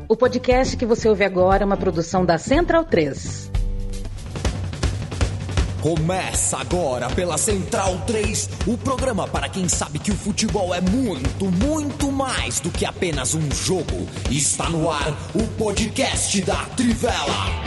O podcast que você ouve agora é uma produção da Central 3. Começa agora pela Central 3, o programa para quem sabe que o futebol é muito, muito mais do que apenas um jogo. Está no ar o podcast da Trivela.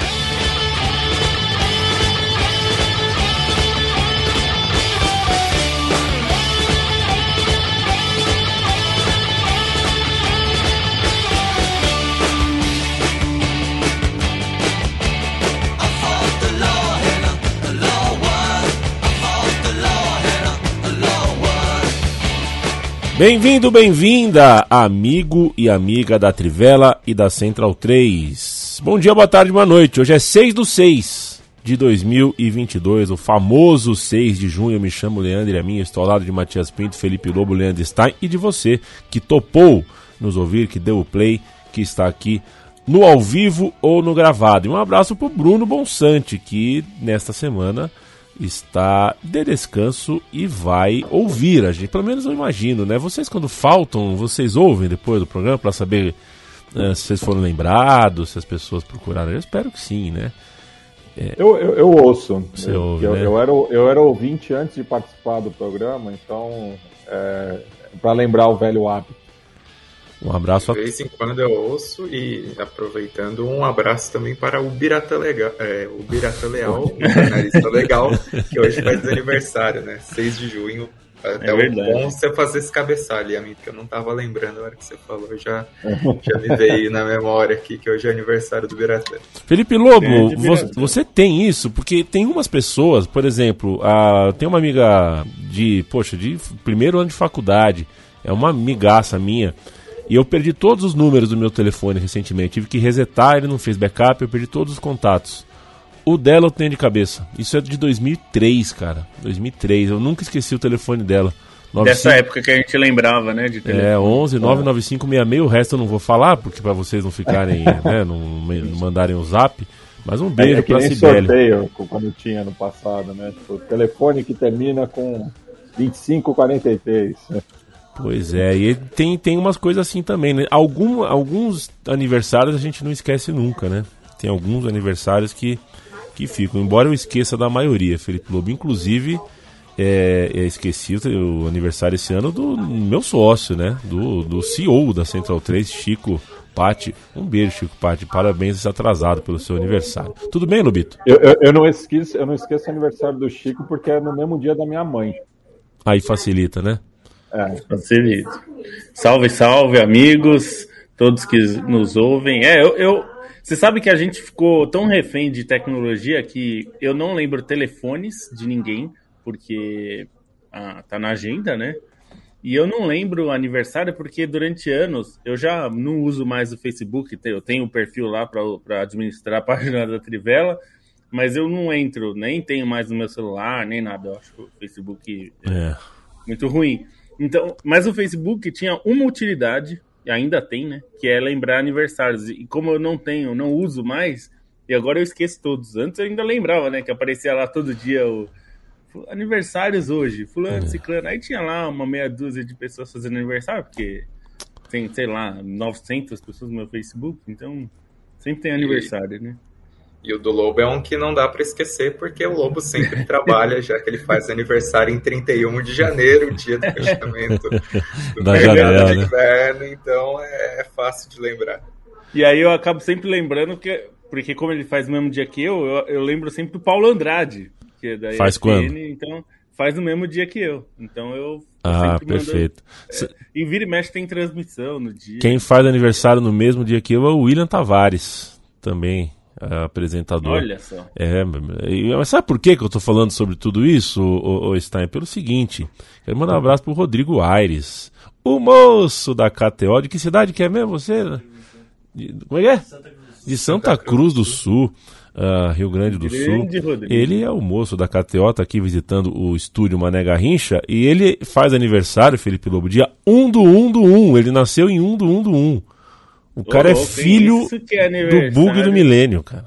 Bem-vindo, bem-vinda, amigo e amiga da Trivela e da Central 3. Bom dia, boa tarde, boa noite. Hoje é 6/6 de 2022, o famoso 6 de junho. Eu me chamo Leandro e a minha, estou ao lado de Matias Pinto, Felipe Lobo, Leandro Stein e de você que topou nos ouvir, que deu o play, que está aqui no ao vivo ou no gravado. E um abraço para o Bruno Bonsante, que nesta semana está de descanso e vai ouvir a gente, pelo menos eu imagino, né? Vocês quando faltam, vocês ouvem depois do programa para saber se vocês foram lembrados, se as pessoas procuraram. Eu espero que sim, né? Eu ouço. Você ouve, né? Eu era ouvinte antes de participar do programa, então para lembrar o velho hábito. Um abraço De vez em quando eu ouço e, aproveitando, um abraço também para o Birata Leal, o jornalista legal, que hoje faz aniversário, né? 6 de junho. Até bom você fazer esse cabeçalho, amigo, que eu não tava lembrando a hora que você falou, já me veio na memória aqui que hoje é aniversário do Birata. Felipe Lobo, você tem isso? Porque tem umas pessoas, por exemplo, tem uma amiga de primeiro ano de faculdade, é uma amigaça minha, e eu perdi todos os números do meu telefone recentemente. Tive que resetar, ele não fez backup, eu perdi todos os contatos. O dela eu tenho de cabeça. Isso é de 2003, cara. 2003, eu nunca esqueci o telefone dela. Dessa época que a gente lembrava, né, de telefone. 11 99566, o resto eu não vou falar, porque pra vocês não ficarem, né, não mandarem o zap. Mas um beijo pra Cibele. Sorteio, quando tinha no passado, né? O telefone que termina com 2543. Pois é, e tem umas coisas assim também, né? Alguns aniversários a gente não esquece nunca, né? Tem alguns aniversários que ficam, embora eu esqueça da maioria, Felipe Lobo. Inclusive, esqueci o aniversário esse ano do meu sócio, né? Do CEO da Central 3, Chico Patti. Um beijo, Chico Patti, parabéns atrasado pelo seu aniversário. Tudo bem, Lobito? Eu não esqueço o aniversário do Chico porque é no mesmo dia da minha mãe. Aí facilita, né? Facilita. Salve, salve, amigos, todos que nos ouvem. Você sabe que a gente ficou tão refém de tecnologia que eu não lembro telefones de ninguém, porque tá na agenda, né? E eu não lembro o aniversário porque durante anos eu já não uso mais o Facebook. Eu tenho um perfil lá para administrar a página da Trivela, mas eu não entro, nem tenho mais no meu celular, nem nada. Eu acho que o Facebook é muito ruim. Então, mas o Facebook tinha uma utilidade, e ainda tem, né? Que é lembrar aniversários. E como eu não uso mais, e agora eu esqueço todos. Antes eu ainda lembrava, né? Que aparecia lá todo dia o aniversários hoje, fulano, ciclano. Aí tinha lá uma meia dúzia de pessoas fazendo aniversário, porque tem, sei lá, 900 pessoas no meu Facebook. Então, sempre tem aniversário, né? E o do Lobo é um que não dá para esquecer, porque o Lobo sempre trabalha, já que ele faz aniversário em 31 de janeiro, o dia do fechamento do mercado de inverno, então é fácil de lembrar. E aí eu acabo sempre lembrando, porque como ele faz no mesmo dia que eu lembro sempre do Paulo Andrade, que é da ESPN, faz quando? Então faz no mesmo dia que eu. Então eu perfeito. E vira e mexe tem transmissão no dia. Quem faz aniversário no mesmo dia que eu é o William Tavares, também. Apresentador. Olha só. Mas sabe por que eu tô falando sobre tudo isso, ô Stein? Pelo seguinte, quero mandar um abraço pro Rodrigo Aires, o moço da KTO. De que cidade que é mesmo você? Como é que é? De Santa Cruz do Sul, Rio Grande do Sul. Rodrigo. Ele é o moço da KTO, tá aqui visitando o estúdio Mané Garrincha, e ele faz aniversário, Felipe Lobo, dia 1/1/1. Ele nasceu em 1/1/1. O cara é filho do bug do milênio, cara.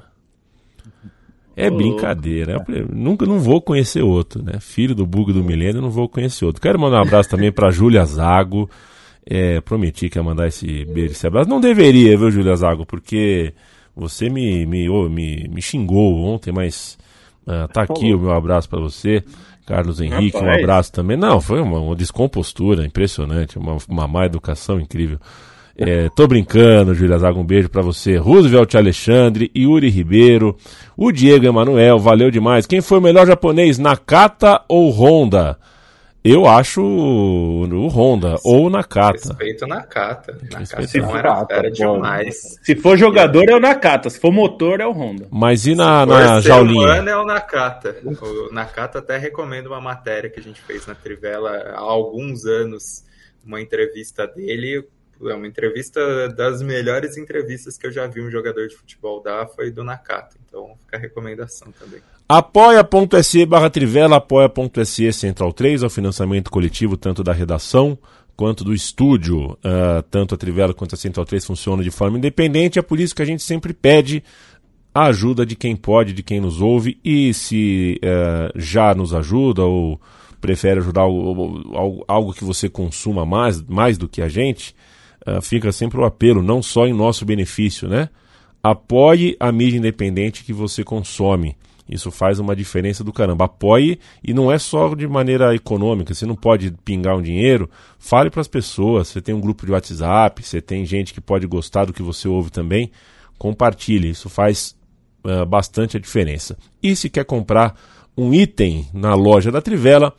É brincadeira. Não vou conhecer outro, né? Filho do bug do milênio, não vou conhecer outro. Quero mandar um abraço também pra Júlia Zago, Prometi que ia mandar esse beijo, esse abraço. Não deveria, viu, Júlia Zago? Porque você me xingou ontem, mas tá aqui o meu abraço para você. Carlos Henrique, um abraço também. Não, foi uma descompostura impressionante, uma má educação incrível. Tô brincando, Júlia Zago, um beijo pra você. Roosevelt Alexandre, Yuri Ribeiro, o Diego Emanuel, valeu demais. Quem foi o melhor japonês, Nakata ou Honda? Eu acho o Honda ou Nakata. Respeito o Nakata. Se não era demais. Se for jogador é o Nakata, se for motor é o Honda. Mas e na jaulinha? Humano é o Nakata. O Nakata até recomenda uma matéria que a gente fez na Trivela há alguns anos, uma entrevista dele. É uma entrevista das melhores entrevistas que eu já vi um jogador de futebol dar, foi do Nakata. Então fica a recomendação também. Apoia.se/Trivela, apoia.se Central 3, é o financiamento coletivo tanto da redação quanto do estúdio. Tanto a Trivela quanto a Central 3 funcionam de forma independente, é por isso que a gente sempre pede a ajuda de quem pode, de quem nos ouve, e se já nos ajuda ou prefere ajudar algo que você consuma mais do que a gente, fica sempre o apelo, não só em nosso benefício, né? Apoie a mídia independente que você consome. Isso faz uma diferença do caramba. Apoie, e não é só de maneira econômica. Você não pode pingar um dinheiro. Fale para as pessoas. Você tem um grupo de WhatsApp, você tem gente que pode gostar do que você ouve também. Compartilhe. Isso faz bastante a diferença. E se quer comprar um item na loja da Trivela,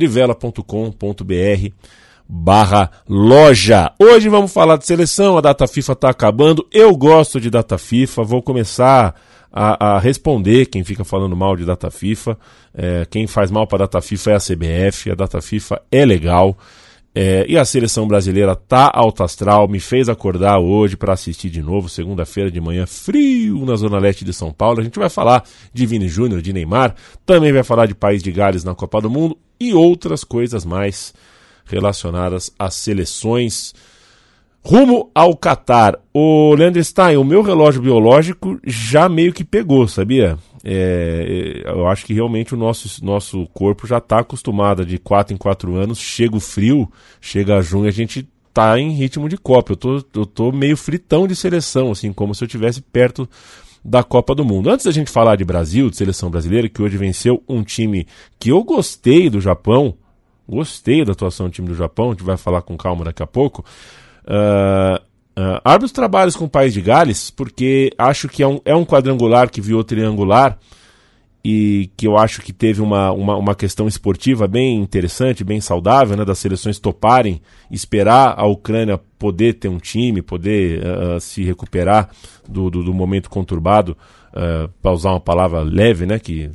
trivela.com.br/loja. Hoje vamos falar de seleção, a data FIFA está acabando, eu gosto de data FIFA, vou começar a responder quem fica falando mal de data FIFA. Quem faz mal para a data FIFA é a CBF, a data FIFA é legal, e a seleção brasileira tá alto astral, me fez acordar hoje para assistir de novo, segunda-feira de manhã, frio na zona leste de São Paulo. A gente vai falar de Vini Júnior, de Neymar, também vai falar de País de Gales na Copa do Mundo e outras coisas mais relacionadas às seleções rumo ao Catar. O Leandro Stein, o meu relógio biológico já meio que pegou, sabia? Eu acho que realmente o nosso corpo já está acostumado, de 4 em 4 anos, chega o frio, chega junho, a gente tá em ritmo de Copa. Eu tô meio fritão de seleção, assim, como se eu estivesse perto da Copa do Mundo. Antes da gente falar de Brasil, de seleção brasileira, que hoje venceu um time que eu gostei do Japão, gostei da atuação do time do Japão, a gente vai falar com calma daqui a pouco. Abre os trabalhos com o País de Gales, porque acho que é um quadrangular que virou triangular e que eu acho que teve uma questão esportiva bem interessante, bem saudável, né, das seleções toparem esperar a Ucrânia poder ter um time, poder se recuperar do momento conturbado, para usar uma palavra leve, né, que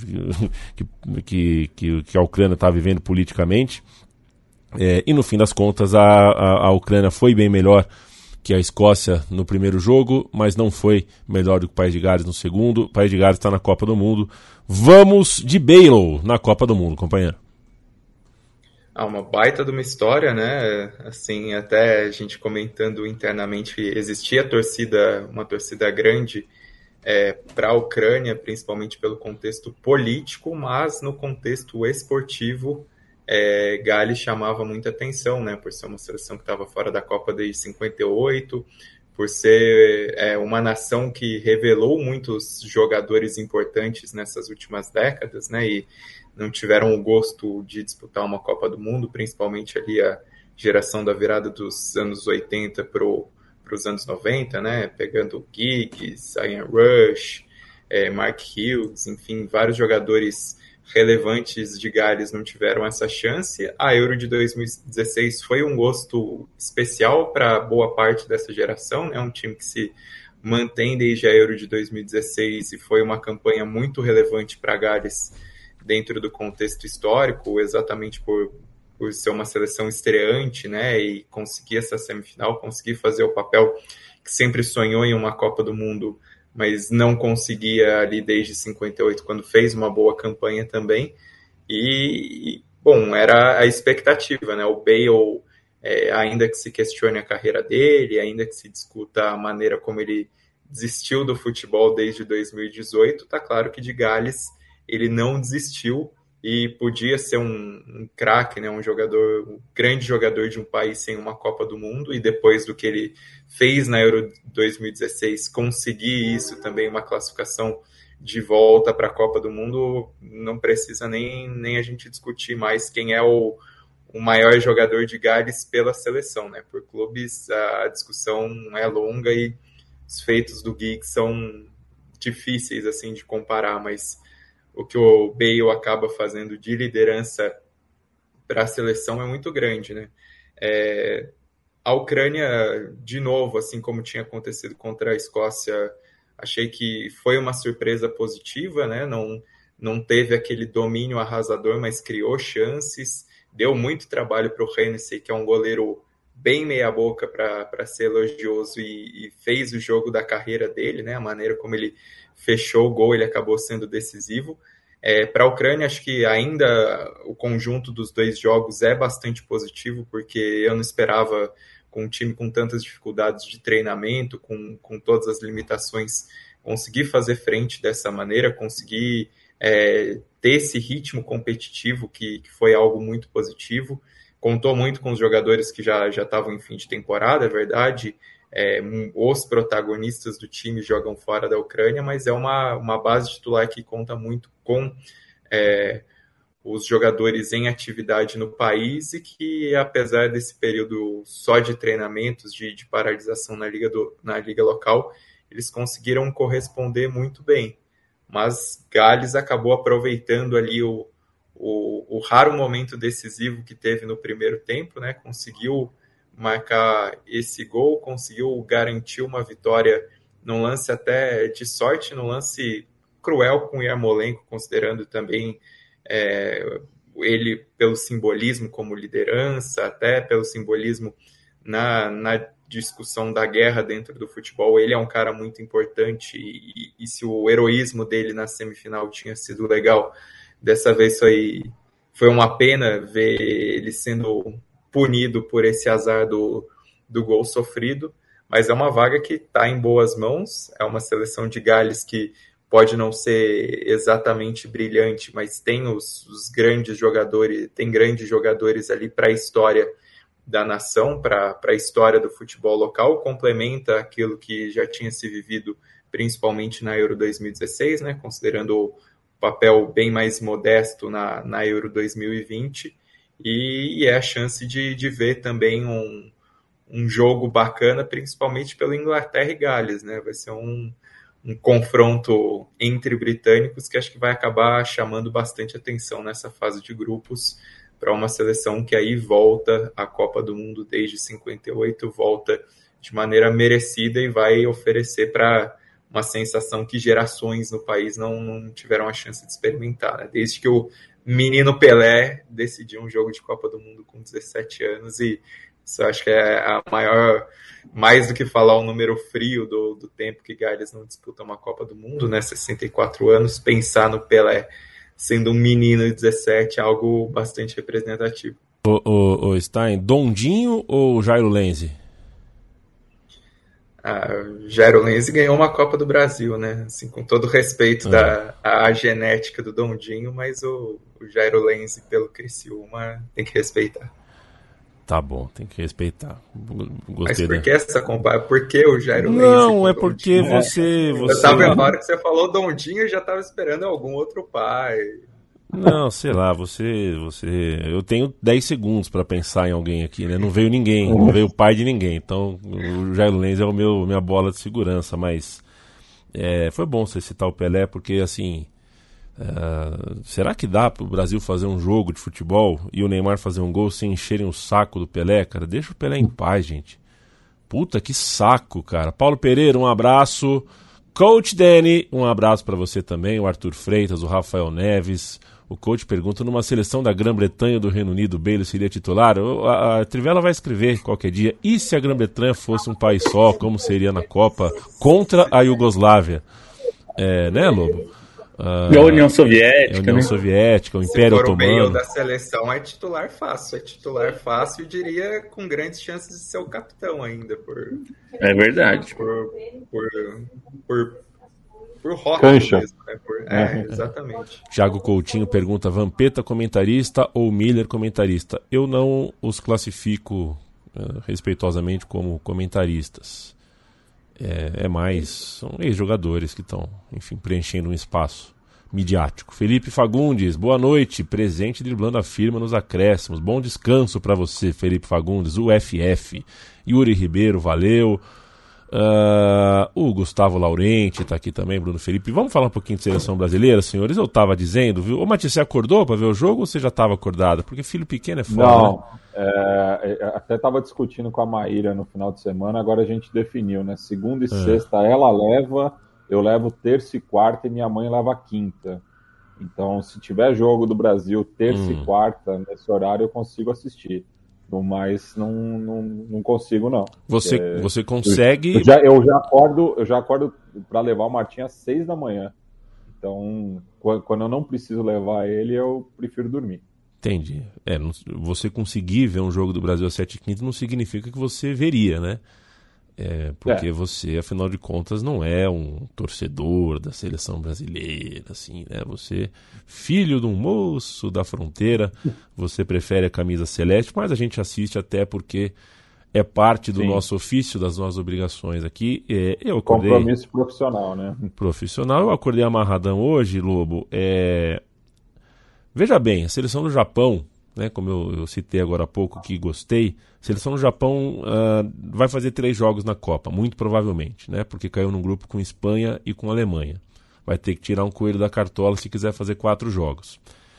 a Ucrânia está vivendo politicamente. E no fim das contas a Ucrânia foi bem melhor que a Escócia no primeiro jogo, mas não foi melhor do que o País de Gales no segundo. O País de Gales está na Copa do Mundo. Vamos de Bale na Copa do Mundo, companheiro. Uma baita de uma história, né? Assim, até a gente comentando internamente, existia uma torcida grande para a Ucrânia, principalmente pelo contexto político, mas no contexto esportivo, Gales chamava muita atenção, né, por ser uma seleção que estava fora da Copa desde 58, por ser uma nação que revelou muitos jogadores importantes nessas últimas décadas, né, e não tiveram o gosto de disputar uma Copa do Mundo, principalmente ali a geração da virada dos anos 80 para os anos 90, né, pegando o Giggs, Ian Rush, Mark Hughes, enfim, vários jogadores relevantes de Gales não tiveram essa chance. A Euro de 2016 foi um gosto especial para boa parte dessa geração, né? Um time que se mantém desde a Euro de 2016 e foi uma campanha muito relevante para Gales dentro do contexto histórico, exatamente por ser uma seleção estreante, né? E conseguir essa semifinal, conseguir fazer o papel que sempre sonhou em uma Copa do Mundo, mas não conseguia ali desde 58, quando fez uma boa campanha também. E bom, era a expectativa, né? O Bale, ainda que se questione a carreira dele, ainda que se discuta a maneira como ele desistiu do futebol desde 2018, tá claro que de Gales ele não desistiu, e podia ser um craque, né, um grande jogador de um país sem uma Copa do Mundo, e depois do que ele fez na Euro 2016, conseguir isso também, uma classificação de volta para a Copa do Mundo, não precisa nem a gente discutir mais quem é o maior jogador de Gales pela seleção, né? Por clubes a discussão é longa e os feitos do Giggs são difíceis assim de comparar, mas o que o Bale acaba fazendo de liderança para a seleção é muito grande, né? A Ucrânia, de novo, assim como tinha acontecido contra a Escócia, achei que foi uma surpresa positiva, né? Não teve aquele domínio arrasador, mas criou chances, deu muito trabalho para o Hennessy, que é um goleiro bem meia-boca para ser elogioso, e fez o jogo da carreira dele, né? A maneira como ele fechou o gol, ele acabou sendo decisivo. Para a Ucrânia, acho que ainda o conjunto dos dois jogos é bastante positivo, porque eu não esperava, com um time com tantas dificuldades de treinamento, com todas as limitações, conseguir fazer frente dessa maneira, conseguir ter esse ritmo competitivo que foi algo muito positivo. Contou muito com os jogadores que já estavam em fim de temporada, é verdade. Os protagonistas do time jogam fora da Ucrânia, mas é uma base titular que conta muito com os jogadores em atividade no país, e que, apesar desse período só de treinamentos, de paralisação na liga local, eles conseguiram corresponder muito bem. Mas Gales acabou aproveitando ali o raro momento decisivo que teve no primeiro tempo, né? Conseguiu marcar esse gol, conseguiu garantir uma vitória num lance até de sorte, num lance cruel com o Yarmolenko, considerando também ele pelo simbolismo como liderança, até pelo simbolismo na discussão da guerra dentro do futebol. Ele é um cara muito importante, e se o heroísmo dele na semifinal tinha sido legal, dessa vez foi uma pena ver ele sendo punido por esse azar do gol sofrido, mas é uma vaga que está em boas mãos. É uma seleção de Gales que pode não ser exatamente brilhante, mas tem os grandes jogadores, tem grandes jogadores ali para a história da nação, para a história do futebol local, complementa aquilo que já tinha se vivido principalmente na Euro 2016, né, considerando o papel bem mais modesto na Euro 2020, e é a chance de ver também um jogo bacana, principalmente pelo Inglaterra e Gales, né? Vai ser um confronto entre britânicos que acho que vai acabar chamando bastante atenção nessa fase de grupos, para uma seleção que aí volta à Copa do Mundo desde 58, volta de maneira merecida e vai oferecer para uma sensação que gerações no país não tiveram a chance de experimentar, né? Desde que o menino Pelé decidiu um jogo de Copa do Mundo com 17 anos, e isso eu acho que é a maior, mais do que falar o número frio do tempo que Gales não disputa uma Copa do Mundo, né, 64 anos, pensar no Pelé sendo um menino de 17 é algo bastante representativo. O Stein, Dondinho ou Jairo Lenzi? Jairo Lenzi ganhou uma Copa do Brasil, né? Assim, com todo o respeito à genética do Dondinho, mas o Jairo Lenzi pelo Criciúma tem que respeitar. Tá bom, tem que respeitar. Mas por que essa comparação? Por que o Jairo Lenzi? Não, é porque você... Eu tava, na hora que você falou Dondinho, eu já tava esperando algum outro pai. Não, sei lá, você... Eu tenho 10 segundos pra pensar em alguém aqui, né? Não veio ninguém, não veio o pai de ninguém. Então, o Jairo Lenzi é minha bola de segurança, mas... foi bom você citar o Pelé, porque, assim... será que dá pro Brasil fazer um jogo de futebol e o Neymar fazer um gol sem encherem o saco do Pelé, cara? Deixa o Pelé em paz, gente. Puta, que saco, cara. Paulo Pereira, um abraço. Coach Danny, um abraço pra você também. O Arthur Freitas, o Rafael Neves. O coach pergunta: numa seleção da Grã-Bretanha ou do Reino Unido, o Bale seria titular? A Trivela vai escrever qualquer dia. E se a Grã-Bretanha fosse um país só, como seria na Copa contra a Iugoslávia? Né, Lobo? A União Soviética, o Império Otomano. Se for o Bale da seleção, é titular fácil, eu diria, com grandes chances de ser o capitão ainda. É verdade. por rota Cancha. mesmo, né? Exatamente. Thiago Coutinho pergunta: Vampeta comentarista ou Miller comentarista? Eu não os classifico respeitosamente como comentaristas. São ex-jogadores que estão, enfim, preenchendo um espaço midiático. Felipe Fagundes, boa noite, presente driblando a firma nos acréscimos. Bom descanso para você, Felipe Fagundes, UFF. Yuri Ribeiro, valeu. O Gustavo Laurenti está aqui também, Bruno Felipe. Vamos falar um pouquinho de seleção brasileira, senhores? Eu estava dizendo, viu? Ô, Matias, você acordou para ver o jogo ou você já estava acordado? Porque filho pequeno é foda, Não, né? Até estava discutindo com a Maíra no final de semana, agora a gente definiu, né? Segunda e sexta ela leva, eu levo terça e quarta e minha mãe leva quinta. Então, se tiver jogo do Brasil terça e quarta, nesse horário eu consigo assistir. Mas não consigo, não. Você consegue... Eu já acordo para levar o Martim às 6 da manhã. Então, quando eu não preciso levar ele, eu prefiro dormir. Entendi. Você conseguir ver um jogo do Brasil às 7h15 não significa que você veria, né? Porque você, afinal de contas, não é um torcedor da seleção brasileira, assim, né? Você, filho de um moço da fronteira, você prefere a camisa celeste, mas a gente assiste até porque é parte do nosso ofício, das nossas obrigações aqui. Eu acordei... Compromisso profissional, né? Profissional. Eu acordei amarradão hoje, Lobo. Veja bem, a seleção do Japão, né, como eu citei agora há pouco, que gostei, a seleção do Japão vai fazer 3 jogos na Copa, muito provavelmente, né, porque caiu num grupo com Espanha e com Alemanha. Vai ter que tirar um coelho da cartola se quiser fazer 4 jogos.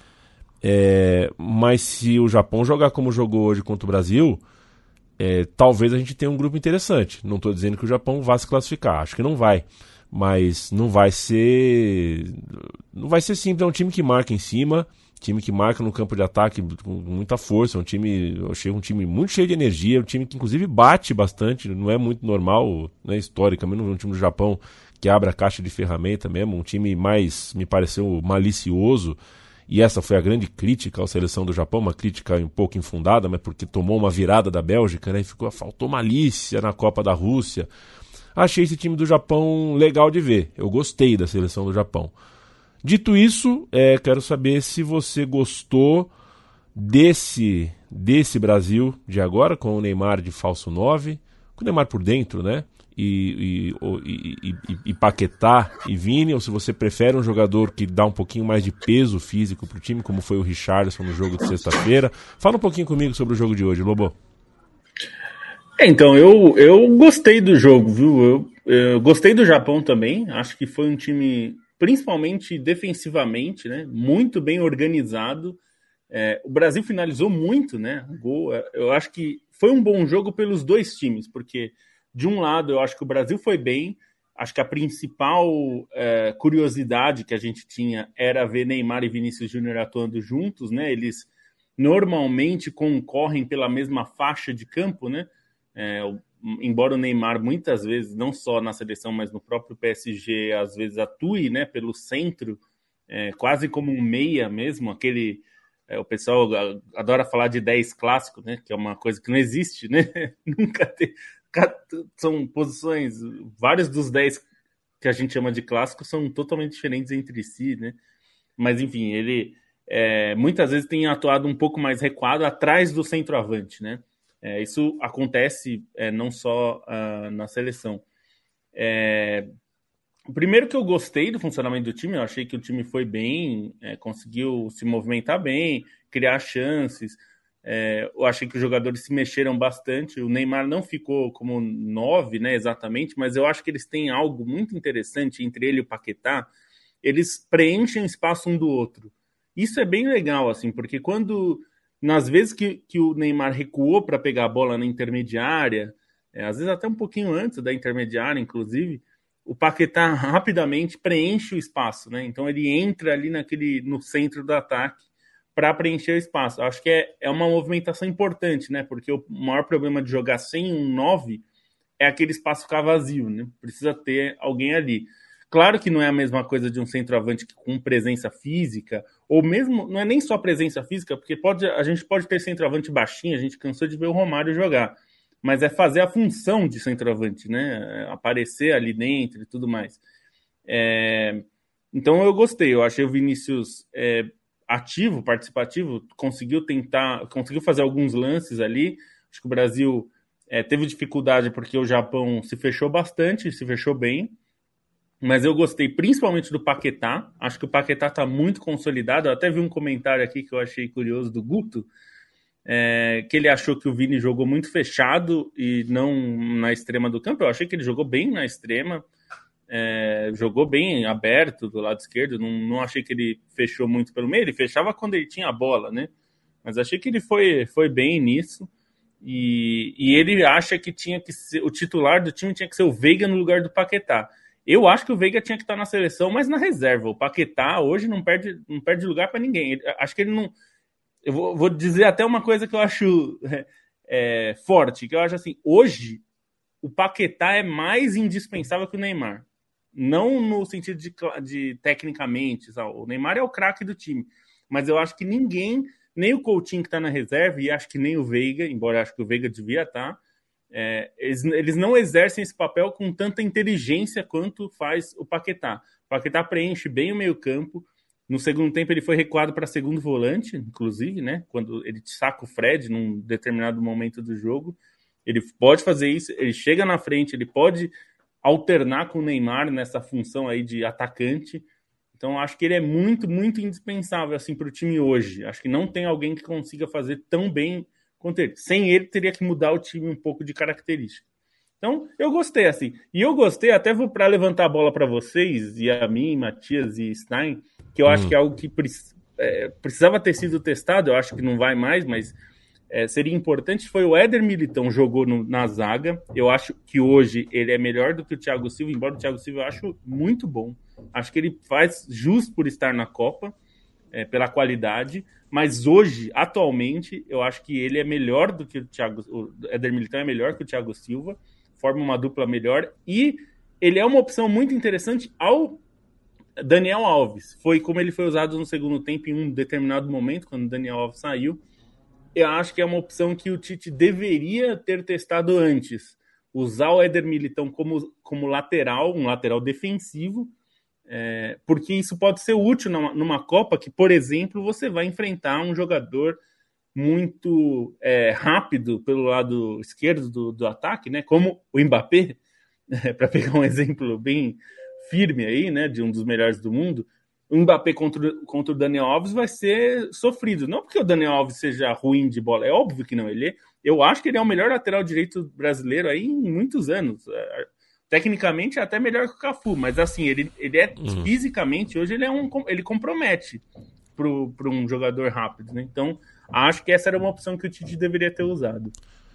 Mas se o Japão jogar como jogou hoje contra o Brasil, talvez a gente tenha um grupo interessante. Não estou dizendo que o Japão vá se classificar, acho que não vai. Mas não vai ser simples, é um time que marca em cima, time que marca no campo de ataque com muita força, eu achei um time muito cheio de energia, um time que inclusive bate bastante, não é muito normal, né, historicamente, não é um time do Japão que abre a caixa de ferramenta mesmo, um time mais, me pareceu, malicioso, e essa foi a grande crítica à seleção do Japão, uma crítica um pouco infundada, mas porque tomou uma virada da Bélgica, né, e faltou malícia na Copa da Rússia. Achei esse time do Japão legal de ver, eu gostei da seleção do Japão. Dito isso, quero saber se você gostou desse Brasil de agora, com o Neymar de falso 9, com o Neymar por dentro, né? E Paquetá e Vini, ou se você prefere um jogador que dá um pouquinho mais de peso físico pro time, como foi o Richarlison no jogo de sexta-feira. Fala um pouquinho comigo sobre o jogo de hoje, Lobo. Então, eu gostei do jogo, viu? Eu gostei do Japão também, acho que foi um time... principalmente defensivamente, né? Muito bem organizado. O Brasil finalizou muito, né? Gol. Eu acho que foi um bom jogo pelos dois times, porque de um lado eu acho que o Brasil foi bem, acho que a principal curiosidade que a gente tinha era ver Neymar e Vinícius Júnior atuando juntos, né? Eles normalmente concorrem pela mesma faixa de campo, né? Embora o Neymar muitas vezes, não só na seleção, mas no próprio PSG, às vezes atue, né, pelo centro, quase como um meia mesmo, aquele... o pessoal adora falar de 10 clássico, né, que é uma coisa que não existe, né? Nunca tem... São posições... Vários dos 10 que a gente chama de clássico são totalmente diferentes entre si, né? Mas, enfim, ele muitas vezes tem atuado um pouco mais recuado atrás do centroavante, né? Isso acontece não só na seleção. Primeiro que eu gostei do funcionamento do time, eu achei que o time foi bem, conseguiu se movimentar bem, criar chances. Eu achei que os jogadores se mexeram bastante. O Neymar não ficou como 9, né, exatamente, mas eu acho que eles têm algo muito interessante entre ele e o Paquetá. Eles preenchem o espaço um do outro. Isso é bem legal, assim, porque nas vezes que o Neymar recuou para pegar a bola na intermediária, às vezes até um pouquinho antes da intermediária, inclusive, o Paquetá rapidamente preenche o espaço, né? Então ele entra ali no centro do ataque para preencher o espaço. Acho que é uma movimentação importante, né? Porque o maior problema de jogar sem um 9 é aquele espaço ficar vazio, né? Precisa ter alguém ali. Claro que não é a mesma coisa de um centroavante com presença física, ou mesmo, não é nem só presença física, porque a gente pode ter centroavante baixinho, a gente cansou de ver o Romário jogar, mas é fazer a função de centroavante, né? Aparecer ali dentro e tudo mais. Então eu gostei, eu achei o Vinícius ativo, participativo, conseguiu fazer alguns lances ali. Acho que o Brasil teve dificuldade porque o Japão se fechou bastante, se fechou bem, mas eu gostei principalmente do Paquetá. Acho que o Paquetá está muito consolidado. Eu até vi um comentário aqui que eu achei curioso do Guto, que ele achou que o Vini jogou muito fechado e não na extrema do campo. Eu achei que ele jogou bem na extrema, jogou bem aberto do lado esquerdo, não achei que ele fechou muito pelo meio, ele fechava quando ele tinha a bola, né? Mas achei que ele foi bem nisso. E ele acha que tinha que ser o titular do time, tinha que ser o Veiga no lugar do Paquetá. Eu acho que o Veiga tinha que estar na seleção, mas na reserva. O Paquetá hoje não perde lugar para ninguém. Acho que ele não... Eu vou dizer até uma coisa que eu acho forte, que eu acho assim, hoje o Paquetá é mais indispensável que o Neymar. Não no sentido de tecnicamente, sabe? O Neymar é o craque do time, mas eu acho que ninguém, nem o Coutinho que está na reserva, e acho que nem o Veiga, embora eu acho que o Veiga devia estar, eles não exercem esse papel com tanta inteligência quanto faz o Paquetá. O Paquetá preenche bem o meio campo. No segundo tempo ele foi recuado para segundo volante, inclusive, né? Quando ele saca o Fred num determinado momento do jogo. Ele pode fazer isso, ele chega na frente, ele pode alternar com o Neymar nessa função aí de atacante. Então acho que ele é muito, muito indispensável assim, para o time hoje. Acho que não tem alguém que consiga fazer tão bem quanto ele. Sem ele, teria que mudar o time um pouco de característica. Então, eu gostei, assim. E eu gostei, até vou para levantar a bola para vocês, e a mim, Matias e Stein, que eu acho que é algo que precisava ter sido testado, eu acho que não vai mais, mas seria importante. Foi o Éder Militão jogou na zaga. Eu acho que hoje ele é melhor do que o Thiago Silva, embora o Thiago Silva eu acho muito bom. Acho que ele faz jus por estar na Copa, pela qualidade, mas hoje, atualmente, eu acho que ele é melhor do que o Éder Militão é melhor que o Thiago Silva, forma uma dupla melhor, e ele é uma opção muito interessante ao Daniel Alves. Foi como ele foi usado no segundo tempo em um determinado momento, quando o Daniel Alves saiu. Eu acho que é uma opção que o Tite deveria ter testado antes. Usar o Éder Militão como lateral, um lateral defensivo, porque isso pode ser útil numa Copa que, por exemplo, você vai enfrentar um jogador muito rápido pelo lado esquerdo do ataque, né? Como o Mbappé, para pegar um exemplo bem firme aí, né? De um dos melhores do mundo. O Mbappé contra o Daniel Alves vai ser sofrido. Não porque o Daniel Alves seja ruim de bola, é óbvio que não. Eu acho que ele é o melhor lateral direito brasileiro aí em muitos anos. Tecnicamente é até melhor que o Cafu, mas assim, ele fisicamente, hoje ele compromete para um jogador rápido, né? Então, acho que essa era uma opção que o Tite deveria ter usado.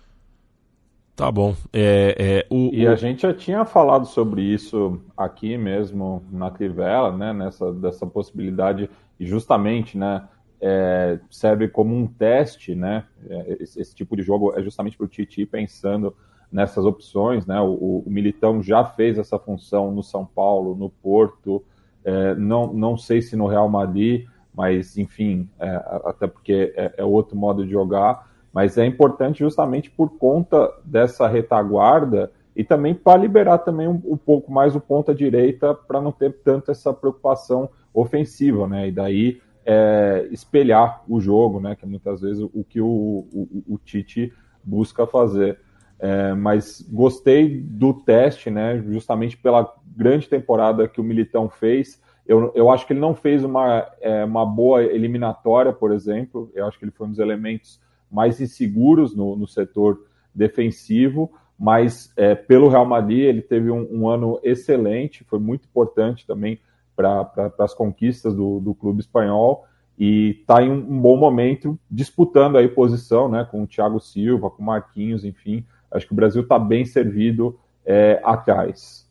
Tá bom. E a gente já tinha falado sobre isso aqui mesmo na Trivela, né? Dessa possibilidade, e justamente, né? Serve como um teste, né? Esse tipo de jogo é justamente para o Tite ir pensando nessas opções, né? O Militão já fez essa função no São Paulo, no Porto, não sei se no Real Madrid, mas enfim, até porque é outro modo de jogar, mas é importante justamente por conta dessa retaguarda e também para liberar também um pouco mais o ponta-direita para não ter tanto essa preocupação ofensiva, né? E daí espelhar o jogo, né? Que é muitas vezes o que o Tite busca fazer. Mas gostei do teste, né? Justamente pela grande temporada que o Militão fez. Eu acho que ele não fez uma boa eliminatória, por exemplo. Eu acho que ele foi um dos elementos mais inseguros no setor defensivo, mas pelo Real Madrid ele teve um ano excelente, foi muito importante também para as conquistas do clube espanhol, e está em um bom momento, disputando aí posição, né, com o Thiago Silva, com o Marquinhos, enfim. Acho que o Brasil está bem servido atrás.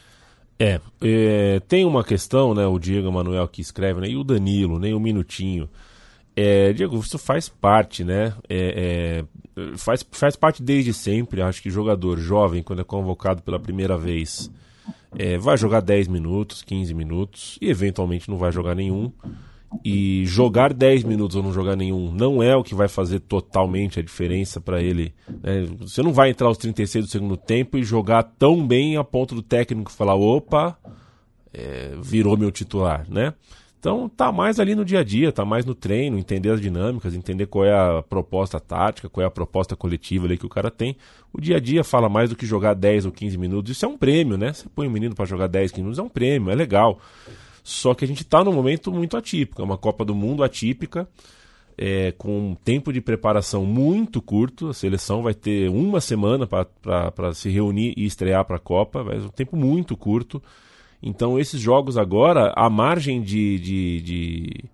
Tem uma questão, né, o Diego Emanuel que escreve, né, e o Danilo, nem um minutinho. Diego, isso faz parte, né? Faz parte desde sempre. Acho que jogador jovem, quando é convocado pela primeira vez, vai jogar 10 minutos, 15 minutos e eventualmente não vai jogar nenhum. E jogar 10 minutos ou não jogar nenhum não é o que vai fazer totalmente a diferença para ele, né? Você não vai entrar aos 36 do segundo tempo e jogar tão bem a ponto do técnico falar: opa, virou meu titular, né? Então tá mais ali no dia a dia, tá mais no treino, entender as dinâmicas, entender qual é a proposta tática, qual é a proposta coletiva ali que o cara tem. O dia a dia fala mais do que jogar 10 ou 15 minutos. Isso é um prêmio, né? Você põe um menino para jogar 10, 15 minutos, é um prêmio, é legal. Só que a gente tá num momento muito atípico, é uma Copa do Mundo atípica, com um tempo de preparação muito curto. A seleção vai ter uma semana para se reunir e estrear para a Copa, vai ser um tempo muito curto. Então esses jogos agora, a margem de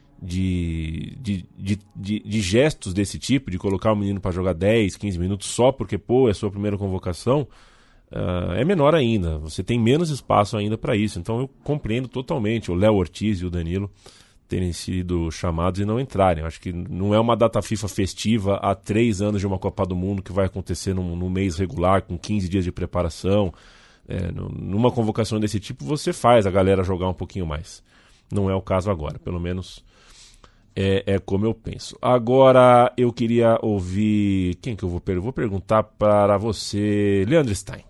gestos desse tipo, de colocar o menino para jogar 10, 15 minutos só porque é sua primeira convocação, é menor ainda. Você tem menos espaço ainda para isso. Então eu compreendo totalmente o Léo Ortiz e o Danilo terem sido chamados e não entrarem. Eu acho que não é uma data FIFA festiva há 3 anos de uma Copa do Mundo que vai acontecer num mês regular, com 15 dias de preparação. Numa convocação desse tipo, você faz a galera jogar um pouquinho mais. Não é o caso agora, pelo menos é como eu penso. Agora eu queria ouvir... Quem que eu vou perguntar? Vou perguntar para você, Leandro Stein.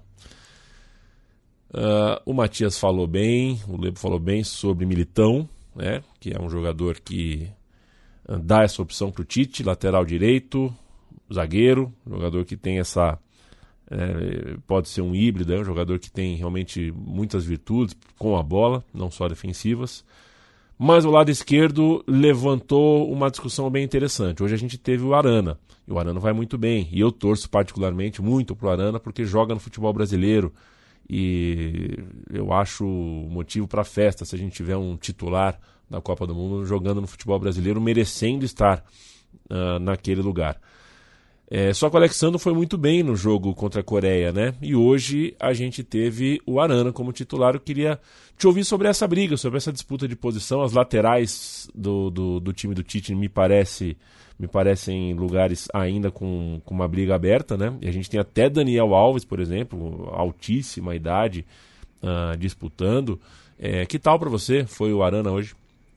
O Matias falou bem, o Lebo falou bem sobre Militão, né, que é um jogador que dá essa opção para o Tite, lateral direito, zagueiro, jogador que tem essa... pode ser um híbrido, um jogador que tem realmente muitas virtudes com a bola, não só defensivas. Mas o lado esquerdo levantou uma discussão bem interessante. Hoje a gente teve o Arana, e o Arana vai muito bem, e eu torço particularmente muito pro Arana porque joga no futebol brasileiro, e eu acho motivo para festa se a gente tiver um titular da Copa do Mundo jogando no futebol brasileiro, merecendo estar naquele lugar. Só que o Alexandre foi muito bem no jogo contra a Coreia, né? E hoje a gente teve o Arana como titular. Eu queria te ouvir sobre essa briga, sobre essa disputa de posição. As laterais do time do Tite me parecem lugares ainda com uma briga aberta, né? E a gente tem até Daniel Alves, por exemplo, altíssima idade, disputando. Que tal para você? Foi o Arana hoje?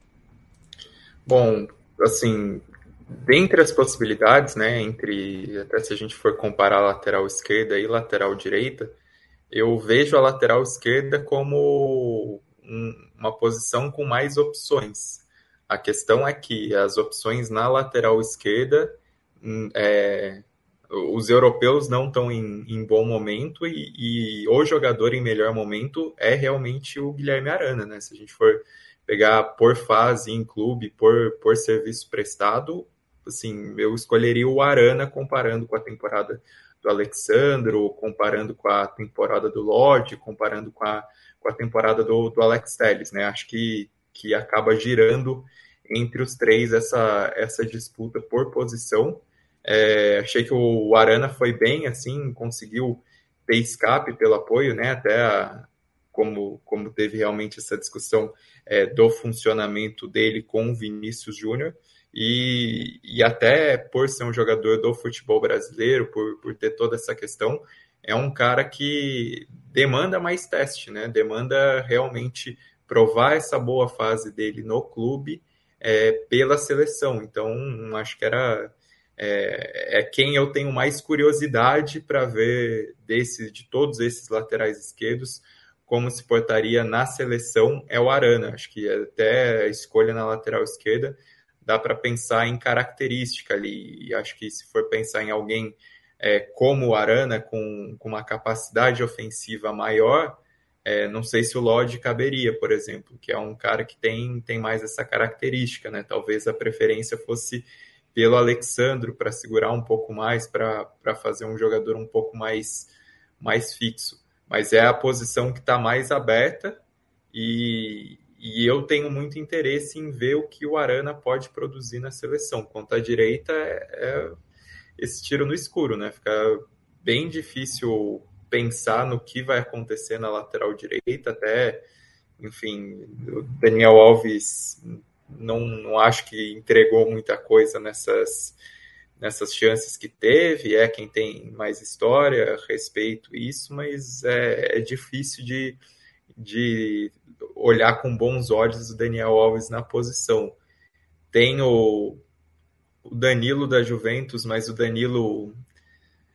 Bom, assim... Dentre as possibilidades, né, até se a gente for comparar a lateral esquerda e lateral direita, eu vejo a lateral esquerda como uma posição com mais opções. A questão é que as opções na lateral esquerda, os europeus não estão em bom momento e o jogador em melhor momento é realmente o Guilherme Arana, né? Se a gente for pegar por fase em clube, por serviço prestado, assim, eu escolheria o Arana comparando com a temporada do Alexandro, comparando com a temporada do Lodge, comparando com a temporada do Alex Telles, né? Acho que acaba girando entre os três essa disputa por posição. Achei que o Arana foi bem, assim, conseguiu ter escape pelo apoio, né? Até como teve realmente essa discussão do funcionamento dele com o Vinícius Júnior. E até por ser um jogador do futebol brasileiro, por ter toda essa questão, é um cara que demanda mais teste, né? Demanda realmente provar essa boa fase dele no clube pela seleção. Então, acho que quem eu tenho mais curiosidade para ver de todos esses laterais esquerdos, como se portaria na seleção, é o Arana. Acho que até a escolha na lateral esquerda dá para pensar em característica ali, e acho que se for pensar em alguém como o Arana, com uma capacidade ofensiva maior, não sei se o Lodge caberia, por exemplo, que é um cara que tem mais essa característica, né? Talvez a preferência fosse pelo Alexandro para segurar um pouco mais, para fazer um jogador um pouco mais fixo, mas é a posição que está mais aberta e eu tenho muito interesse em ver o que o Arana pode produzir na seleção. Quanto à direita, esse tiro no escuro, né? Fica bem difícil pensar no que vai acontecer na lateral direita. Até, enfim, o Daniel Alves não acho que entregou muita coisa nessas chances que teve. É quem tem mais história, respeito isso, mas é difícil de olhar com bons olhos o Daniel Alves na posição. Tem o Danilo da Juventus, mas o Danilo,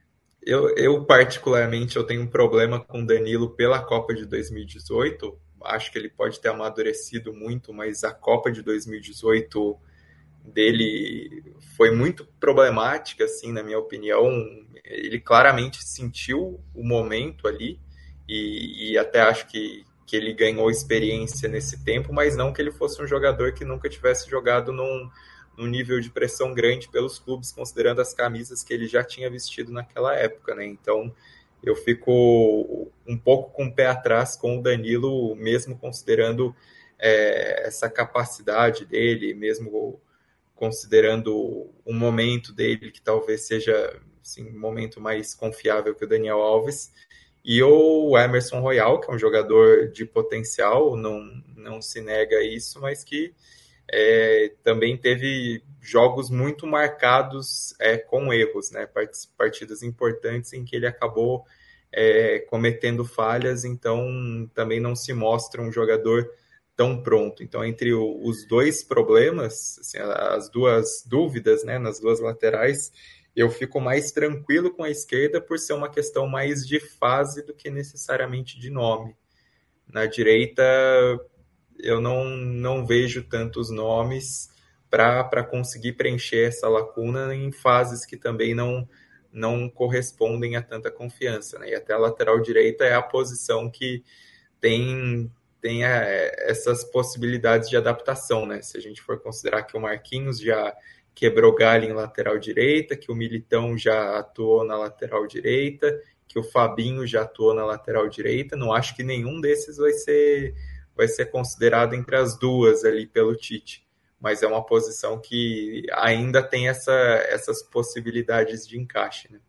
Eu particularmente, eu tenho um problema com o Danilo pela Copa de 2018. Acho que ele pode ter amadurecido muito, mas a Copa de 2018 dele foi muito problemática, assim, na minha opinião. Ele claramente sentiu o momento ali e até acho que ele ganhou experiência nesse tempo, mas não que ele fosse um jogador que nunca tivesse jogado num nível de pressão grande pelos clubes, considerando as camisas que ele já tinha vestido naquela época, né? Então, eu fico um pouco com o pé atrás com o Danilo, mesmo considerando essa capacidade dele, mesmo considerando o momento dele, que talvez seja assim, um momento mais confiável que o Daniel Alves, e o Emerson Royal, que é um jogador de potencial, não se nega isso, mas que também teve jogos muito marcados com erros, né? Partidas importantes em que ele acabou cometendo falhas, então também não se mostra um jogador tão pronto. Então, entre os dois problemas, assim, as duas dúvidas, né, nas duas laterais, eu fico mais tranquilo com a esquerda por ser uma questão mais de fase do que necessariamente de nome. Na direita, eu não vejo tantos nomes para conseguir preencher essa lacuna em fases que também não correspondem a tanta confiança, né? E até a lateral direita é a posição que tem essas possibilidades de adaptação, né? Se a gente for considerar que o Marquinhos já quebrou galho em lateral direita, que o Militão já atuou na lateral direita, que o Fabinho já atuou na lateral direita, não acho que nenhum desses vai ser considerado entre as duas ali pelo Tite, mas é uma posição que ainda tem essas possibilidades de encaixe, né?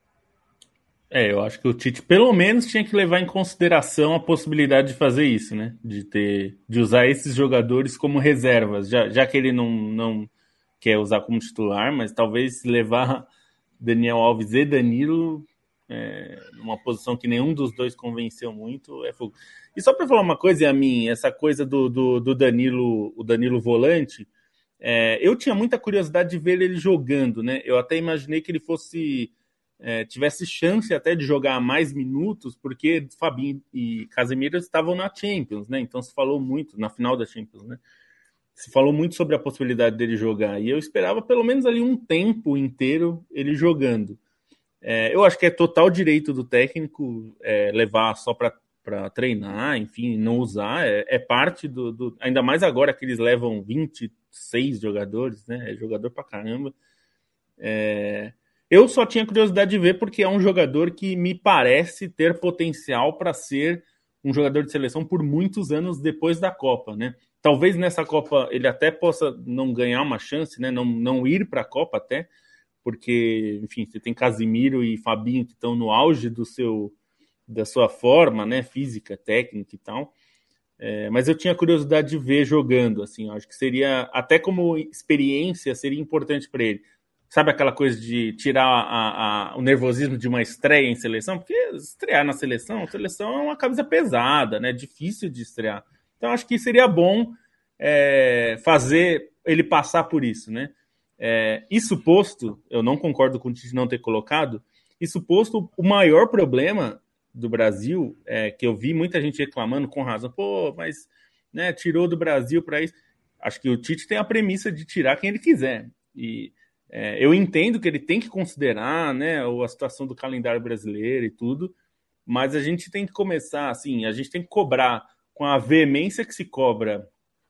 Eu acho que o Tite pelo menos tinha que levar em consideração a possibilidade de fazer isso, né? De usar esses jogadores como reservas, já que ele não quer usar como titular, mas talvez levar Daniel Alves e Danilo numa posição que nenhum dos dois convenceu muito, é fogo. E só para falar uma coisa, Yamin, essa coisa do Danilo, o Danilo volante, eu tinha muita curiosidade de ver ele jogando, né? Eu até imaginei que ele tivesse chance até de jogar mais minutos, porque Fabinho e Casemiro estavam na Champions, né? Então se falou muito, na final da Champions, né? Se falou muito sobre a possibilidade dele jogar, e eu esperava pelo menos ali um tempo inteiro ele jogando. Eu acho que é total direito do técnico levar só para treinar, enfim, não usar, é parte do... Ainda mais agora que eles levam 26 jogadores, né? É jogador pra caramba. Eu só tinha curiosidade de ver porque é um jogador que me parece ter potencial para ser um jogador de seleção por muitos anos depois da Copa, né? Talvez nessa Copa ele até possa não ganhar uma chance, né? Não ir para a Copa até, porque, enfim, você tem Casemiro e Fabinho que estão no auge da sua forma, né? Física, técnica e tal. Mas eu tinha curiosidade de ver jogando, assim, acho que seria, até como experiência, seria importante para ele. Sabe aquela coisa de tirar o nervosismo de uma estreia em seleção? Porque estrear na seleção é uma camisa pesada, né? Difícil de estrear. Então, acho que seria bom fazer ele passar por isso, né? Isso posto, eu não concordo com o Tite não ter colocado, isso posto, o maior problema do Brasil, que eu vi muita gente reclamando com razão, mas né, tirou do Brasil para isso. Acho que o Tite tem a premissa de tirar quem ele quiser. E eu entendo que ele tem que considerar, né, a situação do calendário brasileiro e tudo, mas a gente tem que começar, assim, a gente tem que cobrar com a veemência que se cobra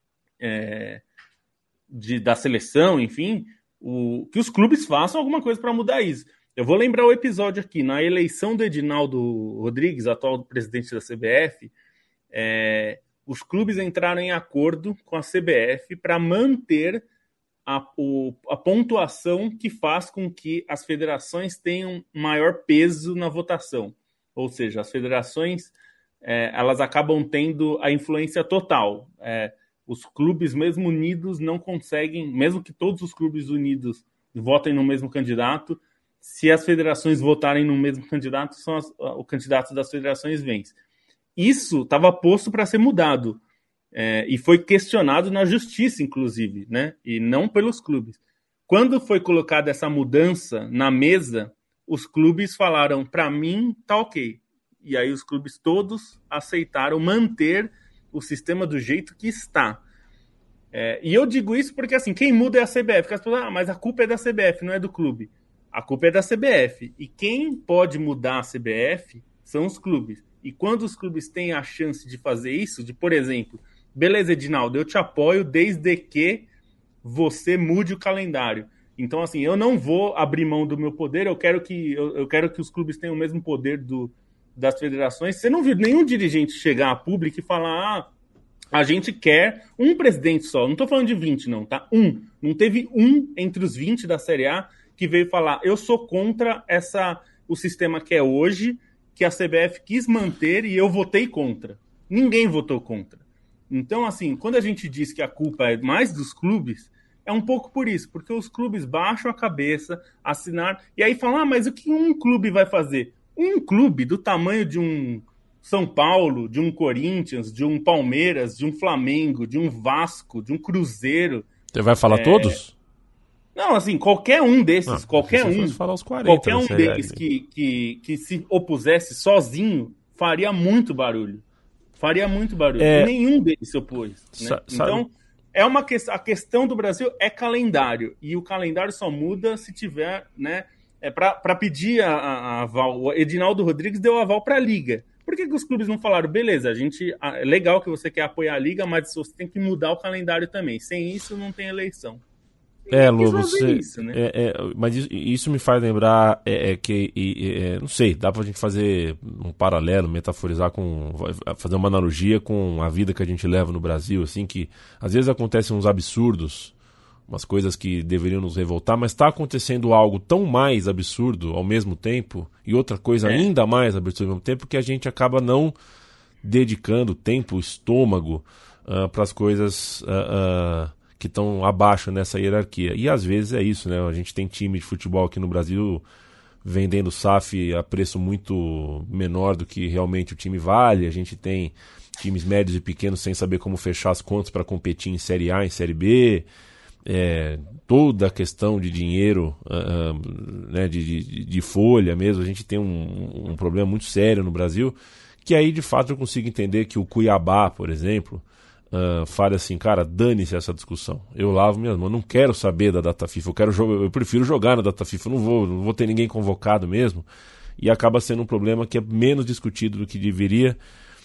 da seleção, enfim, que os clubes façam alguma coisa para mudar isso. Eu vou lembrar o episódio aqui, na eleição do Edinaldo Rodrigues, atual presidente da CBF, os clubes entraram em acordo com a CBF para manter a pontuação que faz com que as federações tenham maior peso na votação. Ou seja, as federações elas acabam tendo a influência total. Os clubes, mesmo unidos, não conseguem, mesmo que todos os clubes unidos votem no mesmo candidato, se as federações votarem no mesmo candidato, o candidato das federações vence. Isso estava posto para ser mudado. E foi questionado na justiça, inclusive, né? E não pelos clubes. Quando foi colocada essa mudança na mesa, os clubes falaram, para mim, tá ok. E aí os clubes todos aceitaram manter o sistema do jeito que está. E eu digo isso porque, assim, quem muda é a CBF. Porque as pessoas, mas a culpa é da CBF, não é do clube. A culpa é da CBF. E quem pode mudar a CBF são os clubes. E quando os clubes têm a chance de fazer isso, de, por exemplo, beleza, Edinaldo, eu te apoio desde que você mude o calendário. Então, assim, eu não vou abrir mão do meu poder, eu quero que os clubes tenham o mesmo poder das federações. Você não viu nenhum dirigente chegar a público e falar, a gente quer um presidente só. Não estou falando de 20, não, tá? Não teve um entre os 20 da Série A que veio falar, eu sou contra o sistema que é hoje, que a CBF quis manter e eu votei contra. Ninguém votou contra. Então, assim, quando a gente diz que a culpa é mais dos clubes, é um pouco por isso, porque os clubes baixam a cabeça, assinaram, e aí falam, mas o que um clube vai fazer? Um clube do tamanho de um São Paulo, de um Corinthians, de um Palmeiras, de um Flamengo, de um Vasco, de um Cruzeiro... Você vai falar todos? Não, assim, qualquer um desses, qualquer um deles que se opusesse sozinho, faria muito barulho. Nenhum deles se opôs. Né? Então, a questão do Brasil é calendário. E o calendário só muda se tiver, né? Para pedir a aval. O Edinaldo Rodrigues deu aval para a Liga. Por que os clubes não falaram, beleza, é legal que você quer apoiar a Liga, mas você tem que mudar o calendário também. Sem isso, não tem eleição. Lu, isso, né? Mas isso me faz lembrar não sei, dá pra gente fazer um paralelo, metaforizar fazer uma analogia com a vida que a gente leva no Brasil, assim, que às vezes acontecem uns absurdos, umas coisas que deveriam nos revoltar, mas está acontecendo algo tão mais absurdo ao mesmo tempo, e outra coisa ainda mais absurda ao mesmo tempo, que a gente acaba não dedicando tempo, estômago para as coisas que estão abaixo nessa hierarquia. E às vezes é isso, né? A gente tem time de futebol aqui no Brasil vendendo SAF a preço muito menor do que realmente o time vale. A gente tem times médios e pequenos sem saber como fechar as contas para competir em Série A, em Série B. Toda a questão de dinheiro, né, de folha mesmo. A gente tem um problema muito sério no Brasil, que aí de fato eu consigo entender que o Cuiabá, por exemplo, fale assim, cara, dane-se essa discussão. Eu lavo minhas mãos, não quero saber da data FIFA, eu prefiro jogar na data FIFA, não vou ter ninguém convocado mesmo. E acaba sendo um problema que é menos discutido do que deveria,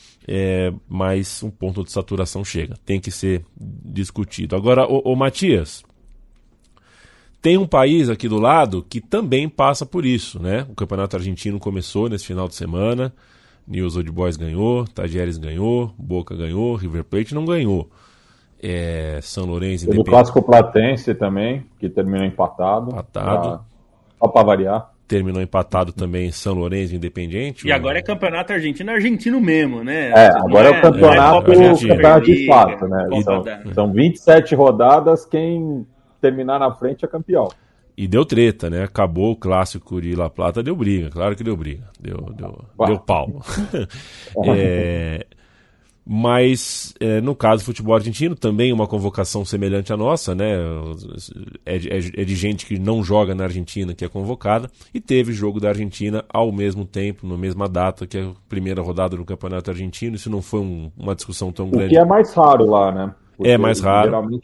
mas um ponto de saturação chega, tem que ser discutido. Agora, ô Matias, tem um país aqui do lado que também passa por isso, né? O Campeonato Argentino começou nesse final de semana. Newell's Old Boys ganhou, Talleres ganhou, Boca ganhou, River Plate não ganhou. São Lourenço Independente. O Clássico Platense também, que terminou empatado. Só para variar. Terminou empatado também São Lourenço Independiente. E agora é campeonato argentino mesmo, né? Agora é o campeonato de fato, né? São 27 rodadas, quem terminar na frente é campeão. E deu treta, né? Acabou o clássico de La Plata, deu briga. Claro que deu briga. Deu pau. Mas, no caso do futebol argentino, também uma convocação semelhante à nossa, né? É de gente que não joga na Argentina que é convocada. E teve jogo da Argentina ao mesmo tempo, na mesma data, que é a primeira rodada do Campeonato Argentino. Isso não foi uma discussão tão grande. O que é mais raro lá, né? Porque mais raro. Geralmente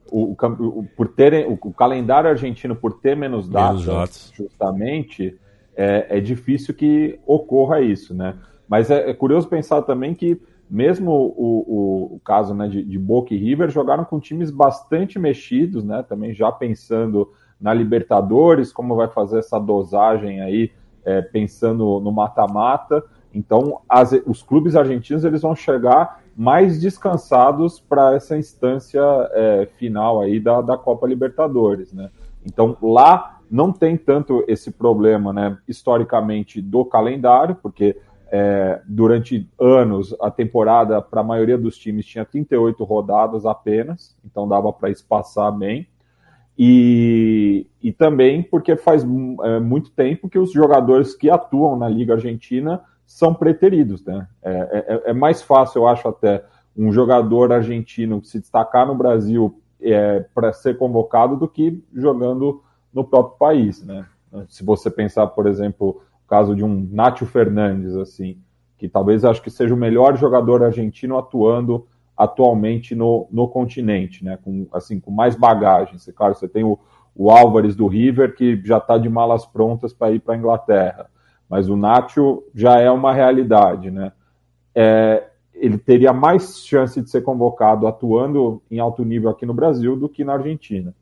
o calendário argentino, por ter menos datas, justamente, é difícil que ocorra isso, né? Mas é curioso pensar também que mesmo o caso, né, de Boca e River jogaram com times bastante mexidos, né? Também já pensando na Libertadores, como vai fazer essa dosagem aí, pensando no mata-mata. Então, os clubes argentinos eles vão chegar mais descansados para essa instância final aí da Copa Libertadores, né? Então, lá não tem tanto esse problema, né, historicamente, do calendário, porque durante anos a temporada, para a maioria dos times, tinha 38 rodadas apenas, então dava para espaçar bem. E também porque faz muito tempo que os jogadores que atuam na Liga Argentina são preteridos, né? É mais fácil, eu acho, até um jogador argentino se destacar no Brasil para ser convocado do que jogando no próprio país, né? Se você pensar, por exemplo, o caso de um Nacho Fernandes, assim, que talvez acho que seja o melhor jogador argentino atuando atualmente no continente, né? Com mais bagagem. Claro, você tem o Álvares do River, que já está de malas prontas para ir para a Inglaterra, mas o Nacho já é uma realidade, né? Ele teria mais chance de ser convocado atuando em alto nível aqui no Brasil do que na Argentina.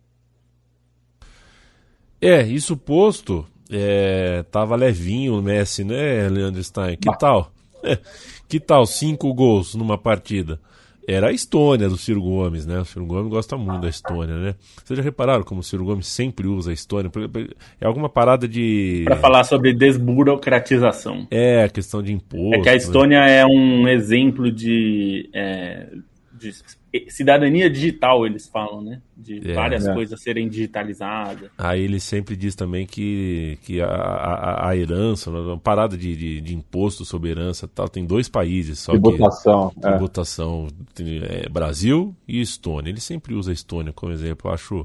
Isso posto, tava levinho o Messi, né, Leandro Stein? Que tal? Que tal 5 gols numa partida? Era a Estônia do Ciro Gomes, né? O Ciro Gomes gosta muito da Estônia, né? Vocês já repararam como o Ciro Gomes sempre usa a Estônia? É alguma parada de... Para falar sobre desburocratização. A questão de imposto. É que a Estônia, né, é um exemplo de cidadania digital, eles falam, né? De várias coisas serem digitalizadas. Aí ele sempre diz também que a herança, uma parada de imposto sobre herança tal, tem 2 países só. Tributação. Tributação, Brasil e Estônia. Ele sempre usa a Estônia como exemplo. Eu acho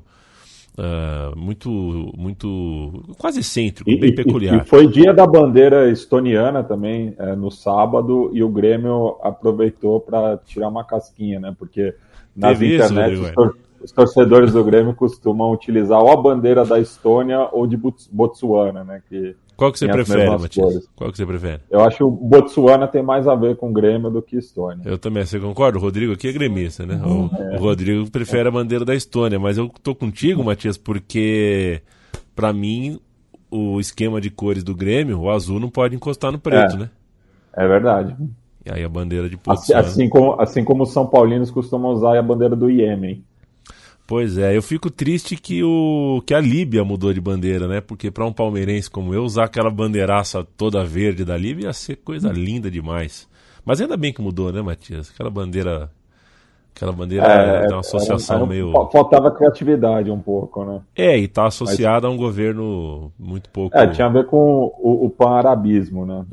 muito quase excêntrico, bem peculiar. E foi dia da bandeira estoniana também, no sábado, e o Grêmio aproveitou para tirar uma casquinha, né? Porque nas internet os torcedores do Grêmio costumam utilizar ou a bandeira da Estônia ou de Botsuana, né? Qual que você prefere, Matias? Qual que você prefere? Eu acho que o Botsuana tem mais a ver com o Grêmio do que Estônia. Eu também, você concorda? O Rodrigo aqui é gremista, né? O Rodrigo prefere a bandeira da Estônia, mas eu tô contigo, Matias, porque pra mim o esquema de cores do Grêmio, o azul não pode encostar no preto, né? É verdade. E aí a bandeira de Botsuana... Assim como os São Paulinos costumam usar a bandeira do Iêmen. Pois é, eu fico triste que a Líbia mudou de bandeira, né? Porque para um palmeirense como eu, usar aquela bandeiraça toda verde da Líbia ia ser coisa linda demais. Mas ainda bem que mudou, né, Matias? Aquela bandeira tem uma associação meio... Faltava criatividade um pouco, né? E tá associada a um governo muito pouco... tinha a ver com o pan-arabismo, né?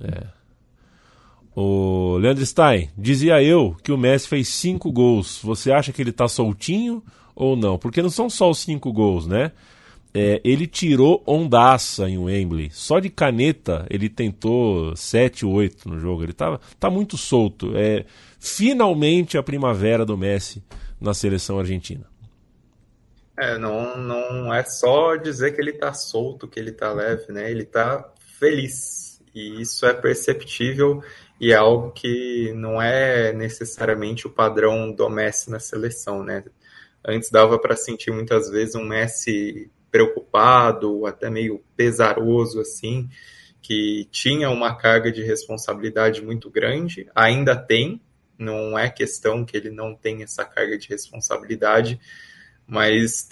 O Leandro Stein, dizia eu que o Messi fez 5 gols. Você acha que ele tá soltinho ou não? Porque não são só os 5 gols, né? Ele tirou ondaça em Wembley. Só de caneta ele tentou 7, 8 no jogo. Ele tá muito solto. Finalmente a primavera do Messi na seleção argentina. Não é só dizer que ele tá solto, que ele tá leve, né? Ele tá feliz. E isso é perceptível e é algo que não é necessariamente o padrão do Messi na seleção, né? Antes dava para sentir muitas vezes um Messi preocupado, até meio pesaroso, assim, que tinha uma carga de responsabilidade muito grande, ainda tem, não é questão que ele não tenha essa carga de responsabilidade, mas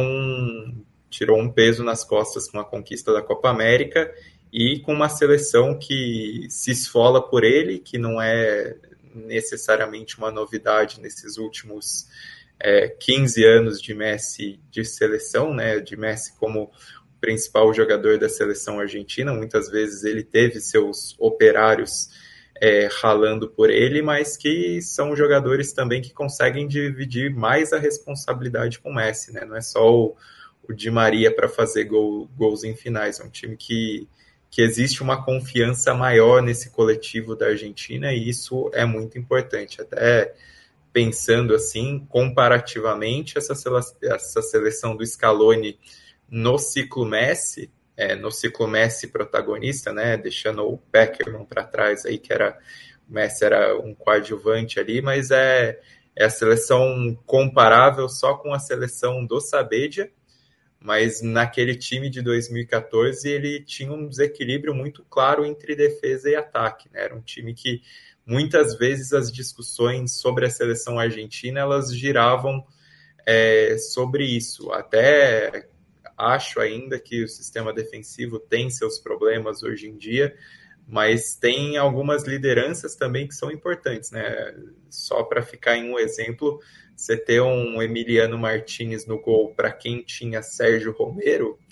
tirou um peso nas costas com a conquista da Copa América e com uma seleção que se esfola por ele, que não é necessariamente uma novidade nesses últimos 15 anos de Messi de seleção, né, de Messi como principal jogador da seleção argentina. Muitas vezes ele teve seus operários ralando por ele, mas que são jogadores também que conseguem dividir mais a responsabilidade com o Messi, né? Não é só o Di Maria para fazer gols em finais, é um time que existe uma confiança maior nesse coletivo da Argentina e isso é muito importante, até pensando assim, comparativamente, essa seleção do Scaloni no ciclo Messi protagonista, né, deixando o Beckerman para trás aí, que o Messi era um coadjuvante ali, mas é a seleção comparável só com a seleção do Saavedra, mas naquele time de 2014 ele tinha um desequilíbrio muito claro entre defesa e ataque, né? Era um time que muitas vezes as discussões sobre a seleção argentina elas giravam sobre isso. Até acho ainda que o sistema defensivo tem seus problemas hoje em dia, mas tem algumas lideranças também que são importantes, né? Só para ficar em um exemplo, você ter um Emiliano Martínez no gol para quem tinha Sérgio Romero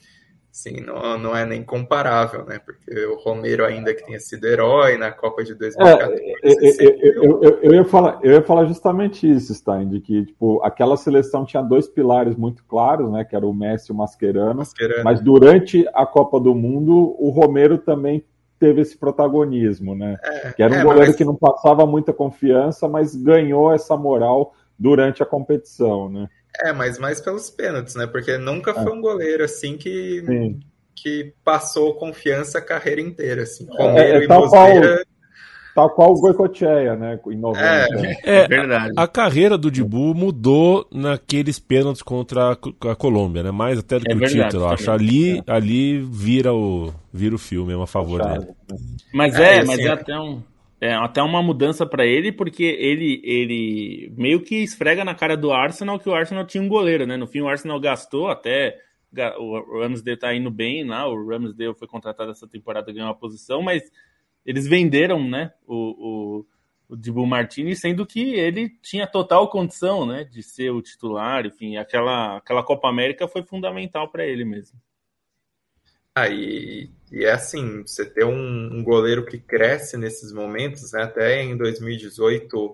Sim, não é nem comparável, né? Porque o Romero ainda que tenha sido herói na Copa de 2014. Eu ia falar justamente isso, Stein, de que tipo, aquela seleção tinha 2 pilares muito claros, né? Que era o Messi e o Mascherano. Mas durante a Copa do Mundo, o Romero também teve esse protagonismo, né? Que era um goleiro que não passava muita confiança, mas ganhou essa moral durante a competição, né? Mas mais pelos pênaltis, né? Porque nunca foi um goleiro assim que passou confiança a carreira inteira, assim. Romero e Muslera... Tal qual o Goicoechea, né? Em 90. É verdade. A carreira do Dibu mudou naqueles pênaltis contra a Colômbia, né? Mais até do que o título, eu acho. Ali vira o filme, a favor dele. Mas até uma mudança para ele, porque ele meio que esfrega na cara do Arsenal que o Arsenal tinha um goleiro, né? No fim, o Arsenal gastou, até o Ramsdale tá indo bem lá, o Ramsdale foi contratado essa temporada, ganhou uma posição, mas eles venderam, né, o Dibu Martínez, sendo que ele tinha total condição, né, de ser o titular, enfim, aquela Copa América foi fundamental para ele mesmo. E é assim, você ter um goleiro que cresce nesses momentos, né, até em 2018,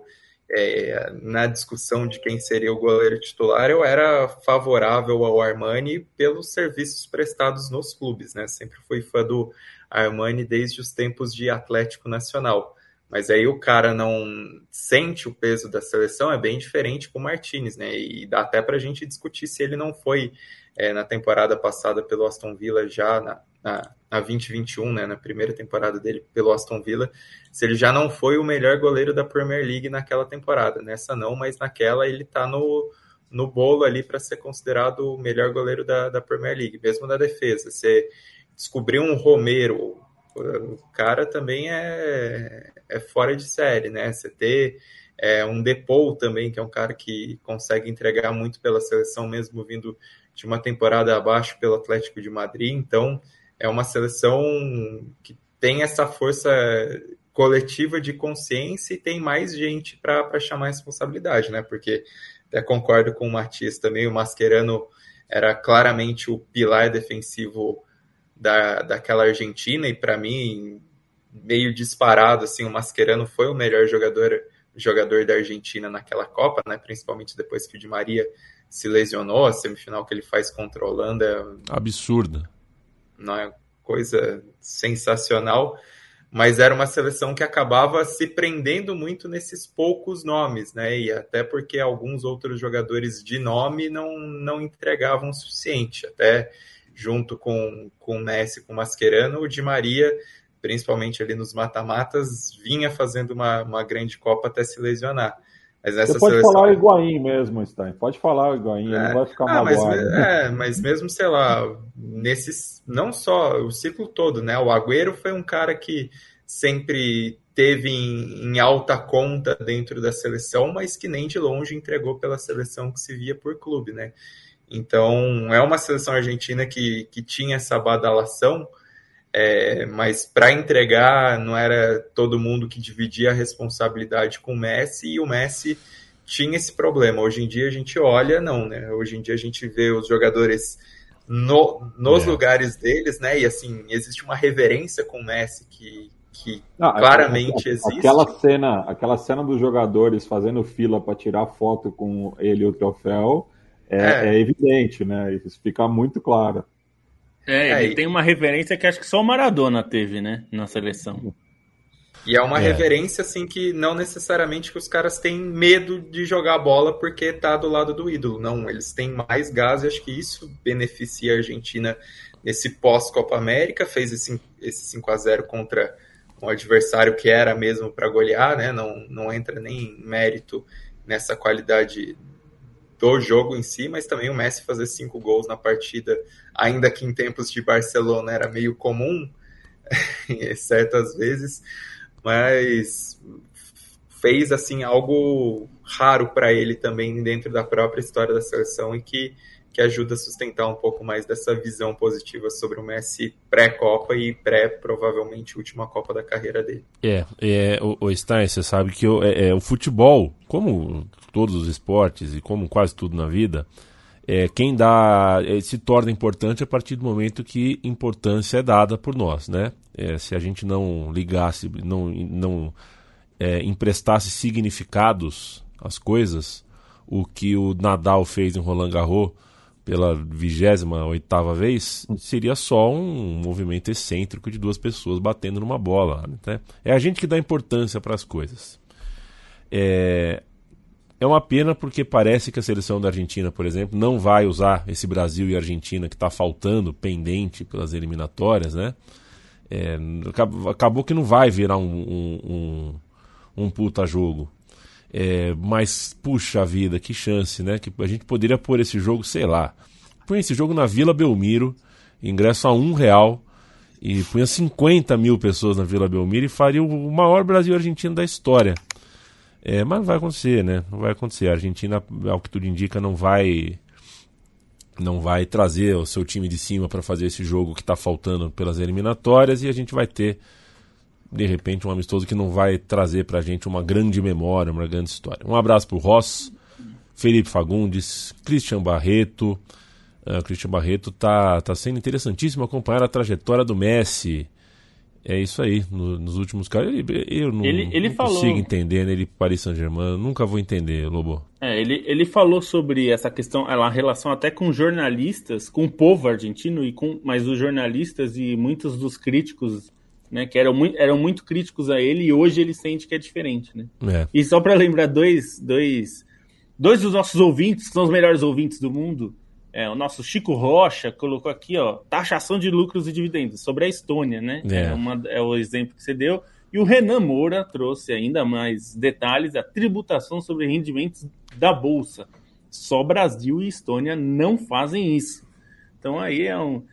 na discussão de quem seria o goleiro titular, eu era favorável ao Armani pelos serviços prestados nos clubes, né, sempre fui fã do Armani desde os tempos de Atlético Nacional, mas aí o cara não sente o peso da seleção, é bem diferente com o Martínez, né, e dá até pra gente discutir se ele não foi na temporada passada pelo Aston Villa, já na 2021, né, na primeira temporada dele pelo Aston Villa, se ele já não foi o melhor goleiro da Premier League naquela temporada. Nessa não, mas naquela ele tá no bolo ali para ser considerado o melhor goleiro da Premier League, mesmo na defesa. Você descobriu um Romero, o cara também é fora de série, né? Você ter um Depou também, que é um cara que consegue entregar muito pela seleção, mesmo vindo de uma temporada abaixo pelo Atlético de Madrid. Então, é uma seleção que tem essa força coletiva de consciência e tem mais gente para chamar a responsabilidade, né? Porque até concordo com o Matias também, o Mascherano era claramente o pilar defensivo daquela Argentina, e para mim, meio disparado, assim, o Mascherano foi o melhor jogador da Argentina naquela Copa, né? Principalmente depois que o Di Maria se lesionou, a semifinal que ele faz contra a Holanda. Absurda. Não é coisa sensacional, mas era uma seleção que acabava se prendendo muito nesses poucos nomes, né? E até porque alguns outros jogadores de nome não entregavam o suficiente. Até junto com o Messi, com o Mascherano, o Di Maria, principalmente ali nos mata-matas, vinha fazendo uma grande Copa até se lesionar. Mas nessa Você pode seleção... falar o Higuaín mesmo, Stein. Pode falar o Higuaín, ele não vai ficar magoado. Mas mesmo, sei lá, não só o ciclo todo, né? O Agüero foi um cara que sempre teve em alta conta dentro da seleção, mas que nem de longe entregou pela seleção que se via por clube, né? Então, é uma seleção argentina que tinha essa badalação, mas para entregar não era todo mundo que dividia a responsabilidade com o Messi, e o Messi tinha esse problema. Hoje em dia a gente olha, não, né? Hoje em dia a gente vê os jogadores nos lugares deles, né? E assim, existe uma reverência com o Messi que claramente existe. Aquela cena dos jogadores fazendo fila para tirar foto com ele e o troféu é evidente, né? Isso fica muito claro. Ele tem uma reverência que acho que só o Maradona teve, né, na seleção. E é uma reverência, assim, que não necessariamente que os caras têm medo de jogar a bola porque tá do lado do ídolo. Não, eles têm mais gás e acho que isso beneficia a Argentina nesse pós-Copa América. Fez esse 5-0 contra um adversário que era mesmo para golear, né? Não entra nem em mérito nessa qualidade do jogo em si, mas também o Messi fazer 5 gols na partida, ainda que em tempos de Barcelona era meio comum, certas vezes, mas fez assim algo raro para ele também dentro da própria história da seleção e que ajuda a sustentar um pouco mais dessa visão positiva sobre o Messi pré-Copa e provavelmente última Copa da carreira dele. O Stein, você sabe que o futebol, como todos os esportes e como quase tudo na vida, quem dá se torna importante a partir do momento que importância é dada por nós, né? Se a gente não ligasse, não emprestasse significados às coisas, o que o Nadal fez em Roland Garros pela 28ª vez, seria só um movimento excêntrico de duas pessoas batendo numa bola, né? É a gente que dá importância para as coisas. É uma pena porque parece que a seleção da Argentina, por exemplo, não vai usar esse Brasil e Argentina que está faltando, pendente pelas eliminatórias, né? Acabou que não vai virar um puta jogo. Mas, puxa vida, que chance, né? Que a gente poderia pôr esse jogo, sei lá. Põe esse jogo na Vila Belmiro, ingresso a R$1, e punha 50 mil pessoas na Vila Belmiro e faria o maior Brasil e Argentina da história. Mas não vai acontecer, né? Não vai acontecer. A Argentina, ao que tudo indica, não vai trazer o seu time de cima para fazer esse jogo que está faltando pelas eliminatórias, e a gente vai ter, de repente, um amistoso que não vai trazer para a gente uma grande memória, uma grande história. Um abraço para o Ross, Felipe Fagundes, Christian Barreto. Christian Barreto tá sendo interessantíssimo acompanhar a trajetória do Messi. É isso aí, nos últimos casos. Eu não consigo entender, né? Ele Paris Saint-Germain, nunca vou entender, Lobo. Ele falou sobre essa questão, a relação até com jornalistas, com o povo argentino, mas os jornalistas e muitos dos críticos, né, que eram muito críticos a ele, e hoje ele sente que é diferente, né? E só para lembrar dois dos nossos ouvintes, que são os melhores ouvintes do mundo, o nosso Chico Rocha colocou aqui, ó, taxação de lucros e dividendos, sobre a Estônia, né? É o exemplo que você deu. E o Renan Moura trouxe ainda mais detalhes, a tributação sobre rendimentos da Bolsa. Só Brasil e Estônia não fazem isso. Então aí é um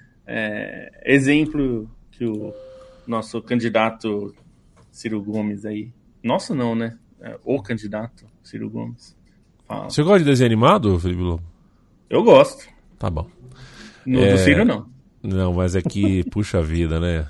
exemplo que o nosso candidato Ciro Gomes aí... Nosso não, né? O candidato Ciro Gomes fala. Você gosta de desenho animado, Felipe Lobo? Eu gosto. Tá bom. Do Ciro, não. Não, mas é que, puxa vida, né?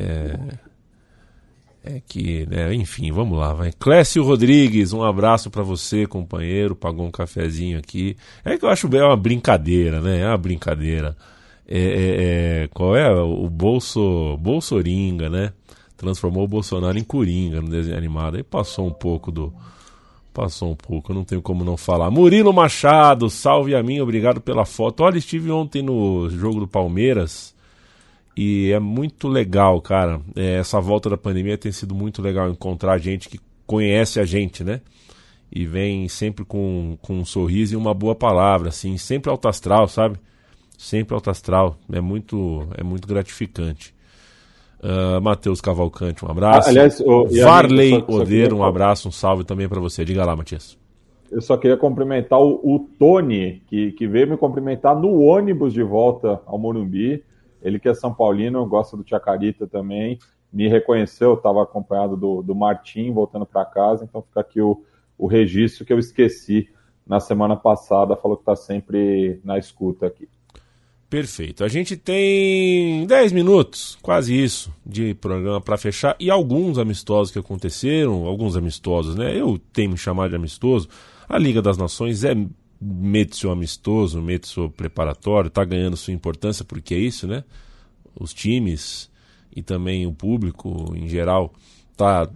Enfim, vamos lá, vai. Clécio Rodrigues, um abraço pra você, companheiro, pagou um cafezinho aqui. É que eu acho uma brincadeira, né? É uma brincadeira. Qual é? O Bolsoringa, né? Transformou o Bolsonaro em Coringa no desenho animado. Aí passou um pouco, eu não tenho como não falar. Murilo Machado, salve a mim, obrigado pela foto. Olha, estive ontem no jogo do Palmeiras e é muito legal, cara. Essa volta da pandemia tem sido muito legal encontrar gente que conhece a gente, né? E vem sempre com um sorriso e uma boa palavra, assim, sempre alto astral, sabe? Sempre alto astral. É muito gratificante. Matheus Cavalcante, um abraço. Aliás, Varley Odeiro, um abraço, um salve também para você. Diga lá, Matias. Eu só queria cumprimentar o Tony, que veio me cumprimentar no ônibus de volta ao Morumbi. Ele que é São Paulino, gosta do Chacarita também. Me reconheceu, estava acompanhado do Martim, voltando para casa. Então fica aqui o registro que eu esqueci na semana passada. Falou que está sempre na escuta aqui. Perfeito. A gente tem 10 minutos, quase isso, de programa para fechar, e alguns amistosos que aconteceram, alguns amistosos, né? Eu tenho me chamado de amistoso. A Liga das Nações é mezzo amistoso, mezzo preparatório, tá ganhando sua importância porque é isso, né? Os times e também o público em geral tá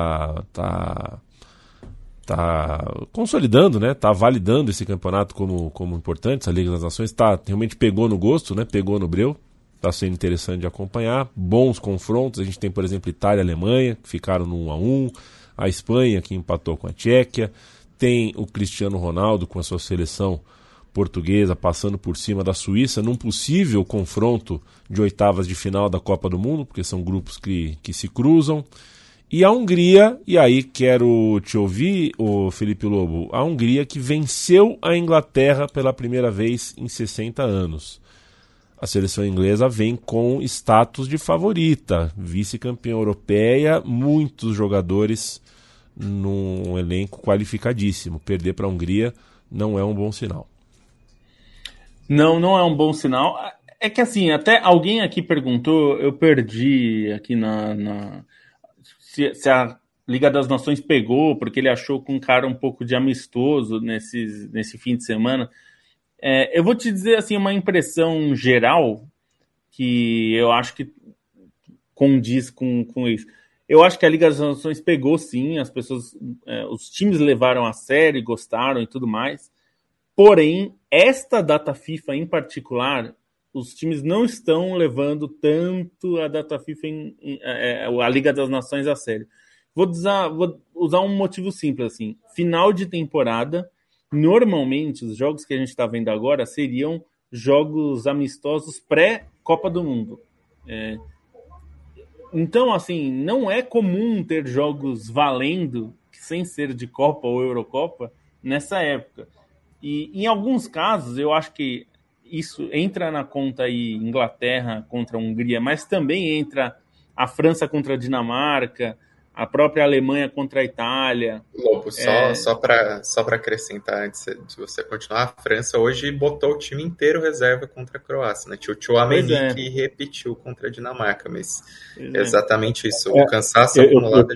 consolidando, né? Tá validando esse campeonato como importante. A Liga das Nações realmente pegou no gosto, né? Pegou no breu. Tá sendo interessante de acompanhar. Bons confrontos. A gente tem, por exemplo, Itália e Alemanha, que ficaram no 1-1. A Espanha, que empatou com a Tchequia. Tem o Cristiano Ronaldo com a sua seleção portuguesa passando por cima da Suíça num possível confronto de oitavas de final da Copa do Mundo, porque são grupos que se cruzam. E a Hungria, e aí quero te ouvir, Felipe Lobo, a Hungria que venceu a Inglaterra pela primeira vez em 60 anos. A seleção inglesa vem com status de favorita, vice-campeã europeia, muitos jogadores num elenco qualificadíssimo. Perder para a Hungria não é um bom sinal. Não é um bom sinal. É que assim, até alguém aqui perguntou, eu perdi aqui se a Liga das Nações pegou, porque ele achou com um cara um pouco de amistoso nesse fim de semana. Eu vou te dizer assim, uma impressão geral que eu acho que condiz com isso. Eu acho que a Liga das Nações pegou sim, as pessoas, os times levaram a sério, gostaram e tudo mais. Porém, esta data FIFA em particular, os times não estão levando tanto a data FIFA, a Liga das Nações a sério. Vou usar um motivo simples assim. Final de temporada, normalmente os jogos que a gente está vendo agora seriam jogos amistosos pré-Copa do Mundo. Então, assim, não é comum ter jogos valendo, sem ser de Copa ou Eurocopa, nessa época. E em alguns casos, eu acho que isso entra na conta aí Inglaterra contra a Hungria, mas também entra a França contra a Dinamarca, a própria Alemanha contra a Itália. Lobo, só para acrescentar, antes de você continuar, a França hoje botou o time inteiro reserva contra a Croácia, né? O Tchouaméni que repetiu contra a Dinamarca, mas exatamente isso, o cansaço acumulado.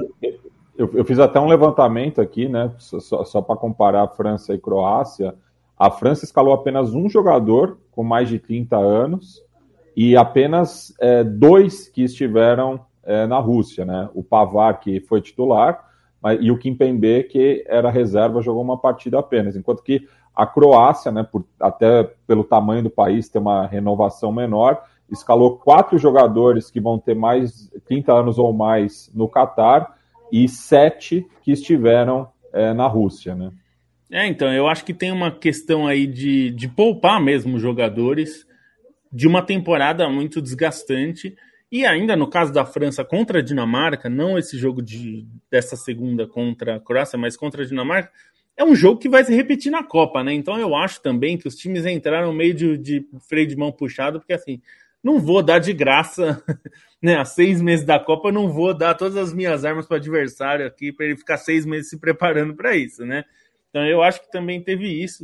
Eu fiz até um levantamento aqui, né? Só para comparar a França e Croácia. A França escalou apenas um jogador com mais de 30 anos e apenas 2 que estiveram na Rússia, né? O Pavard, que foi titular, e o Kimpembe, que era reserva, jogou uma partida apenas. Enquanto que a Croácia, né, até pelo tamanho do país, ter uma renovação menor, escalou 4 jogadores que vão ter mais 30 anos ou mais no Catar e 7 que estiveram na Rússia, né? Então, eu acho que tem uma questão aí de poupar mesmo jogadores de uma temporada muito desgastante. E ainda no caso da França contra a Dinamarca, não esse jogo dessa segunda contra a Croácia, mas contra a Dinamarca, é um jogo que vai se repetir na Copa, né? Então eu acho também que os times entraram meio de freio de mão puxado, porque assim, não vou dar de graça, né? Há 6 meses da Copa, eu não vou dar todas as minhas armas para o adversário aqui, para ele ficar 6 meses se preparando para isso, né? Então eu acho que também teve isso.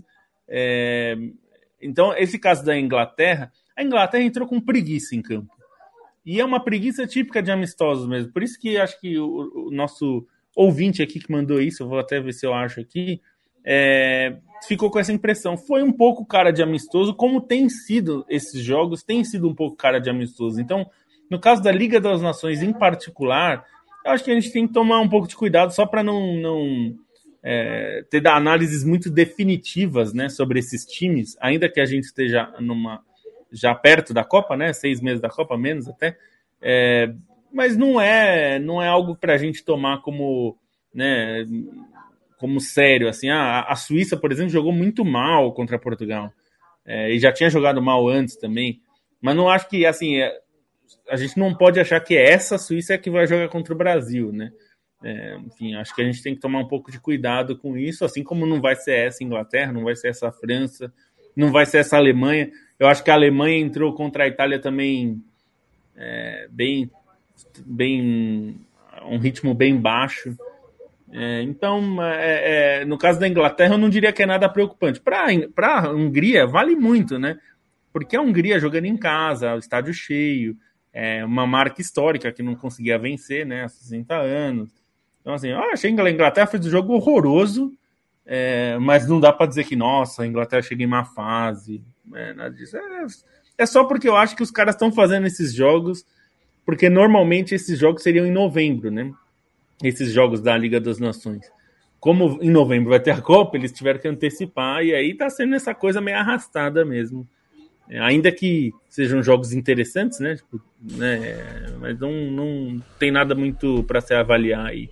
Então, esse caso da Inglaterra, a Inglaterra entrou com preguiça em campo. E é uma preguiça típica de amistosos mesmo. Por isso que acho que o nosso ouvinte aqui que mandou isso, eu vou até ver se eu acho aqui, ficou com essa impressão. Foi um pouco cara de amistoso, como tem sido esses jogos, tem sido um pouco cara de amistoso. Então, no caso da Liga das Nações em particular, eu acho que a gente tem que tomar um pouco de cuidado só para não ter análises muito definitivas, né, sobre esses times, ainda que a gente esteja já perto da Copa, né? 6 meses da Copa, menos até. Mas não é algo para a gente tomar como, né, como sério. Assim, a Suíça, por exemplo, jogou muito mal contra Portugal. E já tinha jogado mal antes também. Mas não acho que, assim, a gente não pode achar que essa Suíça é que vai jogar contra o Brasil, né? Enfim, acho que a gente tem que tomar um pouco de cuidado com isso, assim como não vai ser essa Inglaterra, não vai ser essa França, não vai ser essa Alemanha. Eu acho que a Alemanha entrou contra a Itália também bem um ritmo bem baixo. Então, no caso da Inglaterra, eu não diria que é nada preocupante. Para a Hungria, vale muito, né? Porque a Hungria jogando em casa, o estádio cheio, uma marca histórica que não conseguia vencer, né? Há 60 anos. Então, assim, eu achei que a Inglaterra fez um jogo horroroso, mas não dá para dizer que, nossa, a Inglaterra chega em má fase. Nada disso. É só porque eu acho que os caras estão fazendo esses jogos, porque normalmente esses jogos seriam em novembro, né? Esses jogos da Liga das Nações. Como em novembro vai ter a Copa, eles tiveram que antecipar, e aí tá sendo essa coisa meio arrastada mesmo. Ainda que sejam jogos interessantes, né? Tipo, mas não tem nada muito para se avaliar aí.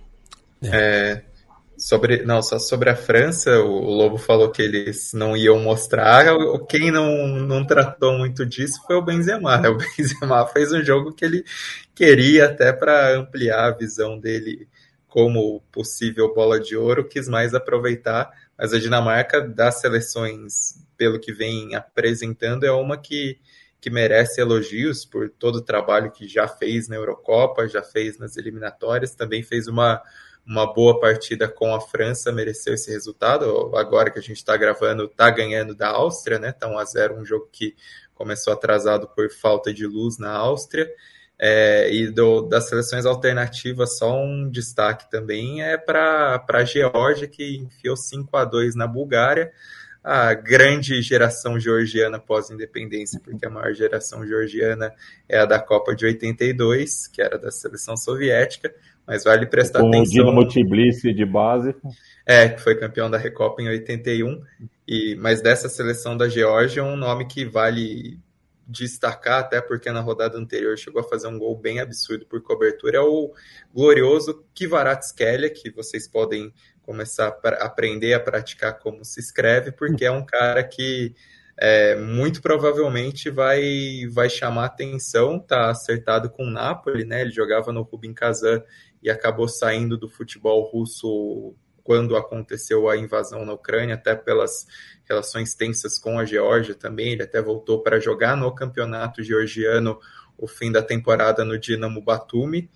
Só sobre a França, o Lobo falou que eles não iam mostrar. Quem não tratou muito disso foi o Benzema. O Benzema fez um jogo que ele queria até para ampliar a visão dele como possível bola de ouro, quis mais aproveitar. Mas a Dinamarca, das seleções, pelo que vem apresentando, é uma que merece elogios por todo o trabalho que já fez na Eurocopa, já fez nas eliminatórias, também fez uma boa partida com a França, mereceu esse resultado. Agora que a gente está gravando, está ganhando da Áustria, né? Tá 1-0, um jogo que começou atrasado por falta de luz na Áustria. E das seleções alternativas, só um destaque também para a Geórgia, que enfiou 5-2 na Bulgária. a grande geração georgiana pós-independência, porque a maior geração georgiana é a da Copa de 82, que era da seleção soviética, mas vale prestar atenção... Com o Dinamo Tbilisi de base. Que foi campeão da Recopa em 81, mas dessa seleção da Geórgia, um nome que vale destacar, até porque na rodada anterior chegou a fazer um gol bem absurdo por cobertura, é o glorioso Kvaratskhelia, que vocês podem começar a aprender a praticar como se escreve, porque é um cara que muito provavelmente vai chamar atenção, tá acertado com o Napoli, né? Ele jogava no Rubin Kazan e acabou saindo do futebol russo quando aconteceu a invasão na Ucrânia, até pelas relações tensas com a Geórgia também. Ele até voltou para jogar no campeonato georgiano o fim da temporada no Dinamo Batumi,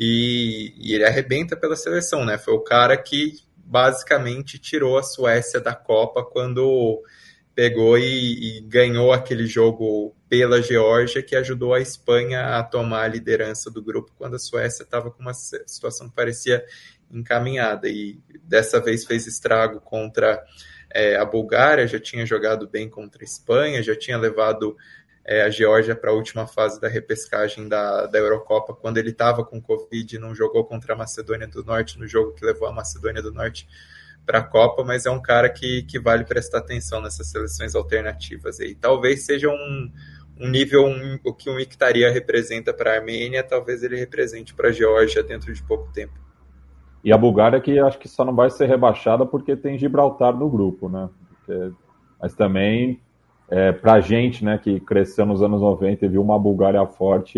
e ele arrebenta pela seleção, né? Foi o cara que basicamente tirou a Suécia da Copa quando pegou e ganhou aquele jogo pela Geórgia, que ajudou a Espanha a tomar a liderança do grupo quando a Suécia estava com uma situação que parecia encaminhada, e dessa vez fez estrago contra a Bulgária, já tinha jogado bem contra a Espanha, já tinha levado a Geórgia para a última fase da repescagem da Eurocopa, quando ele estava com Covid e não jogou contra a Macedônia do Norte, no jogo que levou a Macedônia do Norte para a Copa, mas é um cara que vale prestar atenção nessas seleções alternativas. E talvez seja um nível, o que o Mkhitaryan representa para a Armênia, talvez ele represente para a Geórgia dentro de pouco tempo. E a Bulgária, que acho que só não vai ser rebaixada porque tem Gibraltar no grupo, né? Mas também, pra gente, né, que cresceu nos anos 90 e viu uma Bulgária forte,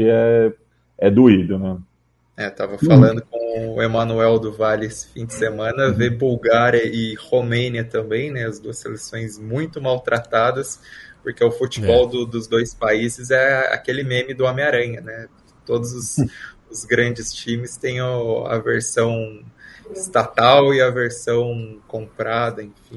é doído, né? Tava falando com o Emanuel do Vale esse fim de semana, ver Bulgária e Romênia também, né? As duas seleções muito maltratadas, porque o futebol dos dois países é aquele meme do Homem-Aranha, né? Todos os grandes times têm a versão estatal e a versão comprada, enfim.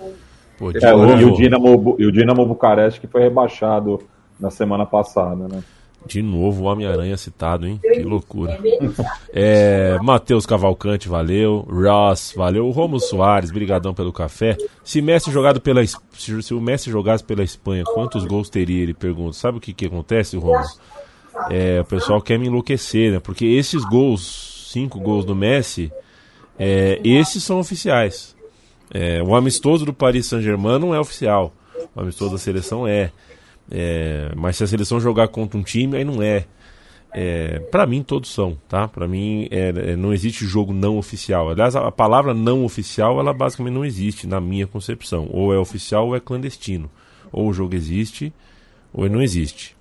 E o Dinamo Bucareste, que foi rebaixado na semana passada, né? De novo o Homem-Aranha citado, hein? Que loucura. Matheus Cavalcante, valeu. Ross, valeu. O Romulo Soares, brigadão pelo café. Se o Messi jogasse pela Espanha, quantos gols teria? Ele pergunta. Sabe o que acontece, Romulo? O pessoal quer me enlouquecer, né? Porque esses gols, 5 gols do Messi, esses são oficiais. O amistoso do Paris Saint-Germain não é oficial. O amistoso da seleção mas se a seleção jogar contra um time, aí não é. Pra mim todos são, tá? Pra mim não existe jogo não oficial. Aliás, a palavra não oficial, ela basicamente não existe na minha concepção. Ou é oficial ou é clandestino. Ou o jogo existe ou ele não existe.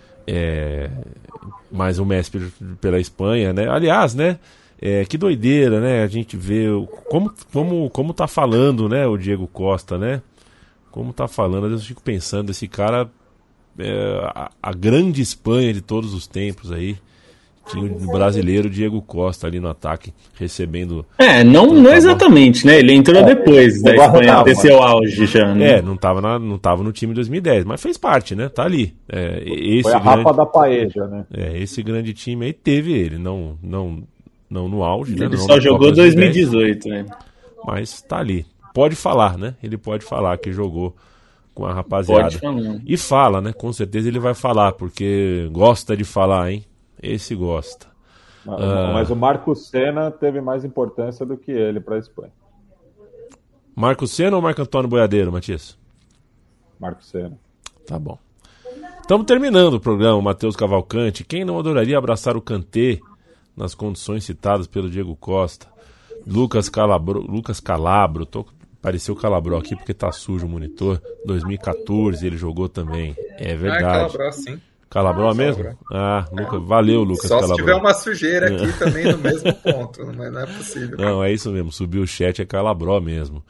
Mas o Messi pela Espanha, né? Aliás, né? Que doideira, né? A gente vê como tá falando, né? O Diego Costa, né? Como tá falando, às vezes eu fico pensando, esse cara, a grande Espanha de todos os tempos aí, tinha o brasileiro Diego Costa ali no ataque, recebendo... Não exatamente, né? Ele entrou depois da Espanha ter seu auge já, né? Não tava no time em 2010, mas fez parte, né? Tá ali. Foi a rapa da paeja, né? Esse grande time aí teve ele, não no auge, né? Ele só jogou 2018, né? Mas tá ali. Pode falar, né? Ele pode falar que jogou com a rapaziada. Pode falar. E fala, né? Com certeza ele vai falar, porque gosta de falar, hein? Esse gosta. Mas o Marco Senna teve mais importância do que ele para a Espanha. Marco Senna ou Marco Antônio Boiadeiro, Matias? Marco Senna. Tá bom. Estamos terminando o programa, Matheus Cavalcante. Quem não adoraria abraçar o Kanté nas condições citadas pelo Diego Costa? Lucas Calabro, apareceu Calabro aqui porque tá sujo o monitor. 2014 ele jogou também. É verdade. Calabró, sim. Calabró mesmo? Valeu, Lucas Só Calabro. se tiver uma sujeira aqui também no mesmo ponto, mas não é possível. Não, é isso mesmo, subiu o chat, é Calabró mesmo.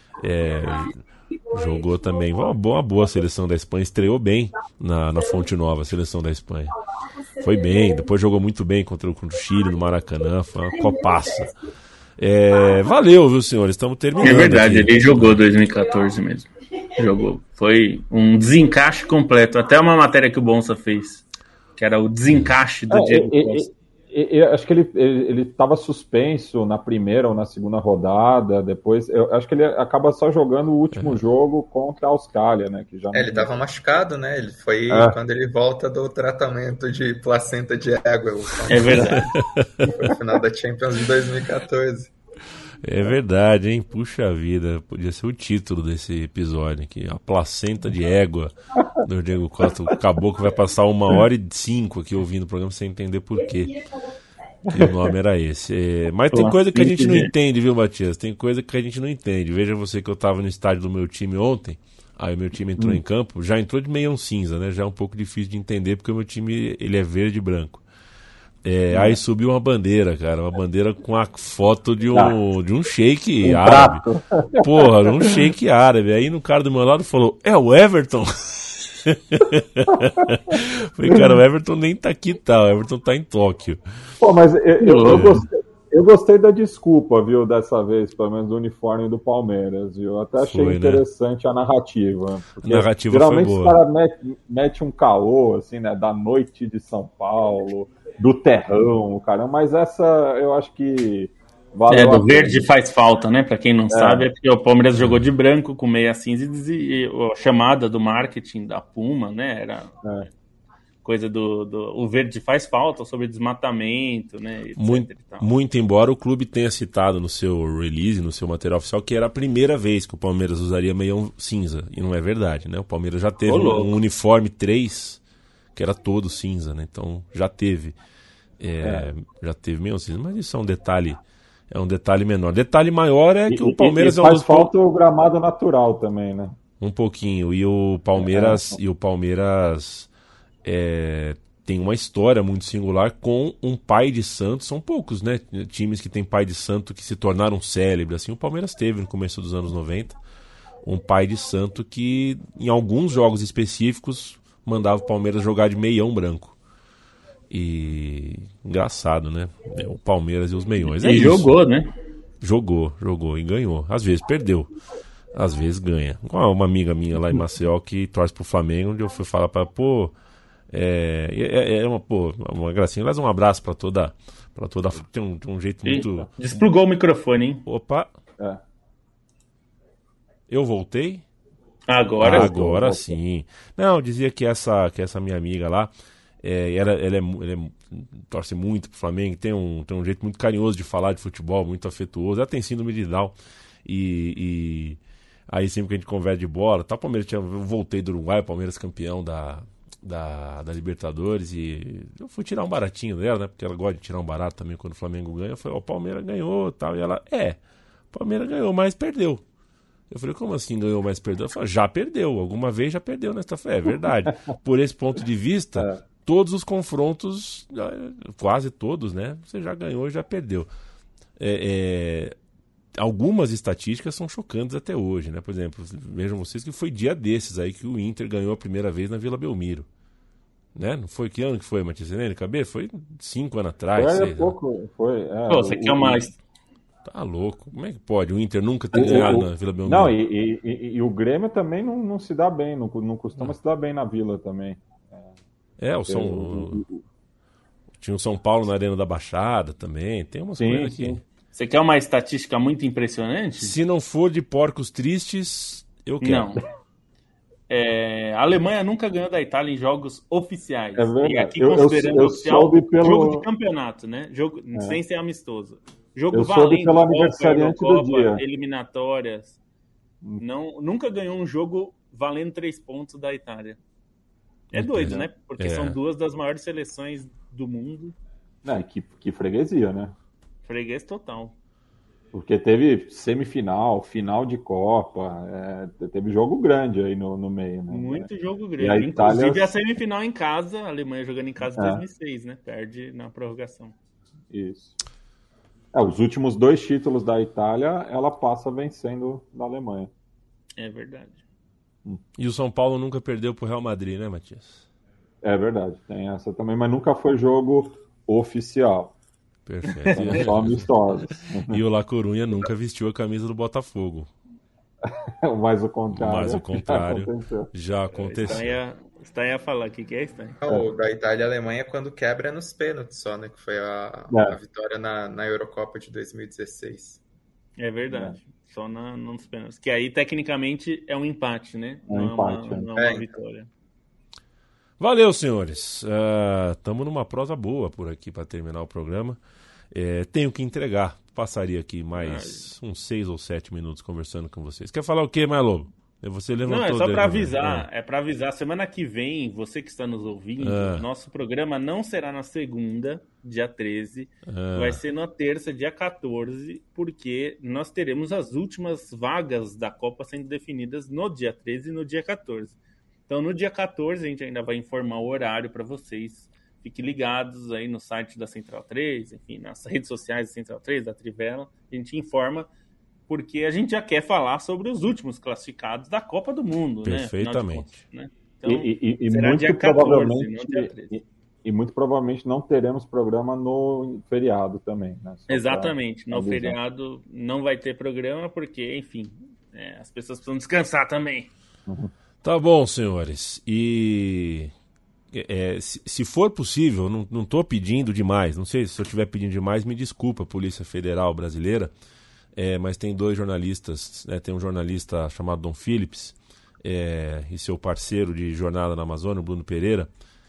Jogou também. Uma boa seleção da Espanha, estreou bem na Fonte Nova, a seleção da Espanha. Foi bem, depois jogou muito bem contra o Chile no Maracanã, foi uma copaça. Valeu, viu, senhores? Estamos terminando. É verdade, aqui. Ele jogou 2014 mesmo. Jogou. Foi um desencaixe completo. Até uma matéria que o Bonsa fez, que era o desencaixe do Diego Costa. Eu acho que ele estava suspenso na primeira ou na segunda rodada, depois eu acho que ele acaba só jogando o último jogo contra a Austrália, né? Que já ele estava machucado, né? Ele foi quando ele volta do tratamento de placenta de égua. É verdade. Foi no final da Champions de 2014. É verdade, hein? Puxa vida, podia ser o título desse episódio aqui, a placenta de égua do Diego Costa. O caboclo vai passar 1h05 aqui ouvindo o programa sem entender por quê. Que o nome era esse. Mas tem coisa que a gente não entende, viu, Matias? Tem coisa que a gente não entende. Veja você que eu tava no estádio do meu time ontem, aí o meu time entrou em campo, já entrou de meião cinza, né? Já é um pouco difícil de entender porque o meu time ele é verde e branco. Aí subiu uma bandeira, cara, uma bandeira com a foto de um sheik árabe. Porra, um sheik árabe. Aí no cara do meu lado falou, é o Everton? Falei, cara, o Everton nem tá aqui, tá? O Everton tá em Tóquio. Pô, mas eu gostei da desculpa, viu, dessa vez, pelo menos do uniforme do Palmeiras, viu? Até achei interessante, né? A narrativa. A narrativa geralmente foi boa. Os caras metem um caô, assim, né, da noite de São Paulo, do terrão, cara, mas essa eu acho que valeu do verde faz falta, né? Pra quem não sabe, é porque o Palmeiras jogou de branco com meia cinza e a chamada do marketing da Puma, né? Era coisa o verde faz falta sobre desmatamento, né? Etc. Muito embora o clube tenha citado no seu release, no seu material oficial, que era a primeira vez que o Palmeiras usaria meião cinza, e não é verdade, né? O Palmeiras já teve um uniforme 3 que era todo cinza, né? Então já teve meio cinza, mas isso é um detalhe menor. Detalhe maior é que o Palmeiras faz falta o gramado natural também, né? Um pouquinho. E o Palmeiras tem uma história muito singular com um pai de santo. São poucos, né? Times que tem pai de santo que se tornaram célebres. Assim, o Palmeiras teve no começo dos anos 90 um pai de santo que em alguns jogos específicos mandava o Palmeiras jogar de meião branco. E engraçado, né? O Palmeiras e os meiões. E jogou, né? Jogou e ganhou. Às vezes perdeu, às vezes ganha. Uma amiga minha lá em Maceió que torce pro Flamengo, onde eu fui falar pra uma gracinha. Aliás, um abraço pra toda. Tem um jeito muito. Desplugou o microfone, hein? Opa! Eu voltei? Agora sim. Não, eu dizia que essa minha amiga lá, ela torce muito pro Flamengo, tem um jeito muito carinhoso de falar de futebol, muito afetuoso. Ela tem síndrome de Down. E aí sempre que a gente conversa de bola, tá, o Palmeiras eu voltei do Uruguai, o Palmeiras campeão da Libertadores, e eu fui tirar um baratinho dela, né? Porque ela gosta de tirar um barato também quando o Flamengo ganha. Eu falei, o Palmeiras ganhou e tal. E ela, o Palmeiras ganhou, mas perdeu. Eu falei, como assim ganhou, mas perdeu? Eu falei, já perdeu, alguma vez já perdeu, né? É verdade. Por esse ponto de vista, todos os confrontos, quase todos, né? Você já ganhou e já perdeu. Algumas estatísticas são chocantes até hoje, né? Por exemplo, vejam vocês que foi dia desses aí que o Inter ganhou a primeira vez na Vila Belmiro. Né? Não foi que ano que foi, Matias? Você lembra? Foi 5 anos atrás. Você quer uma... Tá louco. Como é que pode? O Inter nunca ter ganhado na Vila Belmiro. Não, e o Grêmio também não se dá bem, não costuma se dar bem na Vila também. Tinha o São Paulo na Arena da Baixada também. Tem umas coisas aqui. Sim. Você quer uma estatística muito impressionante? Se não for de porcos tristes, eu quero. Não. A Alemanha nunca ganhou da Itália em jogos oficiais. É verdade. E aqui considerando oficial, jogo de campeonato, né? Sem ser amistoso. Jogo valendo, pelo aniversariante do dia. Eliminatórias. Nunca ganhou um jogo valendo 3 pontos da Itália. Doido, né? Porque são duas das maiores seleções do mundo. Que freguesia, né? Freguês total. Porque teve semifinal, final de Copa, teve jogo grande aí no meio, né? Muito jogo grande. Inclusive a semifinal em casa, a Alemanha jogando em casa em 2006, né? Perde na prorrogação. Isso. Os últimos 2 títulos da Itália, ela passa vencendo da Alemanha. É verdade. E o São Paulo nunca perdeu pro Real Madrid, né, Matias? É verdade, tem essa também, mas nunca foi jogo oficial. Perfeito. Só amistosos. E o La Corunha nunca vestiu a camisa do Botafogo. Mas o contrário já aconteceu. Stein ia falar, o que é, Stein? O da Itália e Alemanha quando quebra nos pênaltis só, né? Que foi a vitória na Eurocopa de 2016. É verdade. Só nos pênaltis. Que aí, tecnicamente, é um empate, né? Não é uma vitória. Valeu, senhores. Estamos numa prosa boa por aqui para terminar o programa. Tenho que entregar. Passaria aqui mais uns 6 ou 7 minutos conversando com vocês. Quer falar o quê, mais Lobo? Você levantou. Não, é só para avisar. É para avisar. Semana que vem, você que está nos ouvindo, nosso programa não será na segunda, dia 13. Vai ser na terça, dia 14, porque nós teremos as últimas vagas da Copa sendo definidas no dia 13 e no dia 14. Então, no dia 14, a gente ainda vai informar o horário para vocês. Fiquem ligados aí no site da Central 3, enfim, nas redes sociais da Central 3, da Trivela. A gente informa, porque a gente já quer falar sobre os últimos classificados da Copa do Mundo, perfeitamente. Contas, né? Então, e será muito dia 14, não dia 13. E muito provavelmente não teremos programa no feriado também, né? Exatamente, no feriado não vai ter programa, porque, enfim, as pessoas precisam descansar também. Tá bom, senhores. E se for possível, não estou pedindo demais, não sei se eu estiver pedindo demais, me desculpa, Polícia Federal Brasileira, mas tem 2 jornalistas, tem um jornalista chamado Dom Phillips e seu parceiro de jornada na Amazônia, o Bruno Pereira,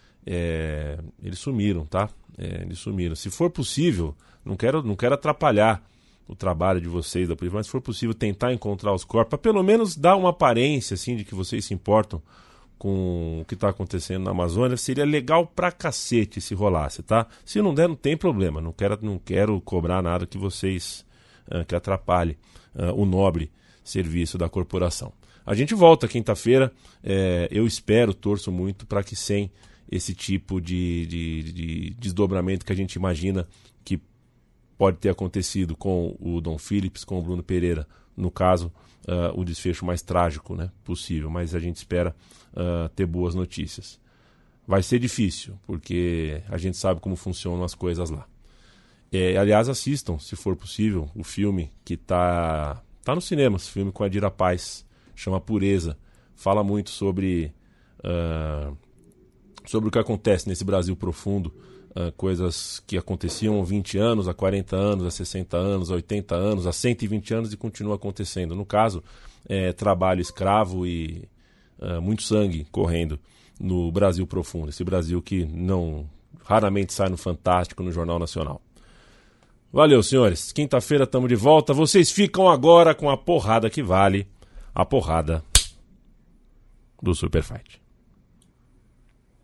eles sumiram, tá? Eles sumiram. Se for possível, não quero atrapalhar o trabalho de vocês da polícia, mas se for possível tentar encontrar os corpos, para pelo menos dar uma aparência assim de que vocês se importam com o que está acontecendo na Amazônia, seria legal pra cacete se rolasse, tá? Se não der, não tem problema, não quero cobrar nada que vocês que atrapalhe o nobre serviço da corporação. A gente volta quinta-feira, eu espero, torço muito para que sem esse tipo de desdobramento que a gente imagina que pode ter acontecido com o Dom Phillips, com o Bruno Pereira, no caso, o desfecho mais trágico, né, possível, mas a gente espera ter boas notícias. Vai ser difícil, porque a gente sabe como funcionam as coisas lá. Aliás, assistam, se for possível, o filme que tá no cinema, esse filme com a Dira Paz, chama Pureza. Fala muito sobre o que acontece nesse Brasil profundo, coisas que aconteciam há 20 anos, há 40 anos, há 60 anos, há 80 anos, há 120 anos e continua acontecendo. No caso, trabalho escravo e muito sangue correndo no Brasil profundo, esse Brasil que raramente sai no Fantástico, no Jornal Nacional. Valeu, senhores. Quinta-feira estamos de volta. Vocês ficam agora com a porrada que vale, a porrada do Superfight.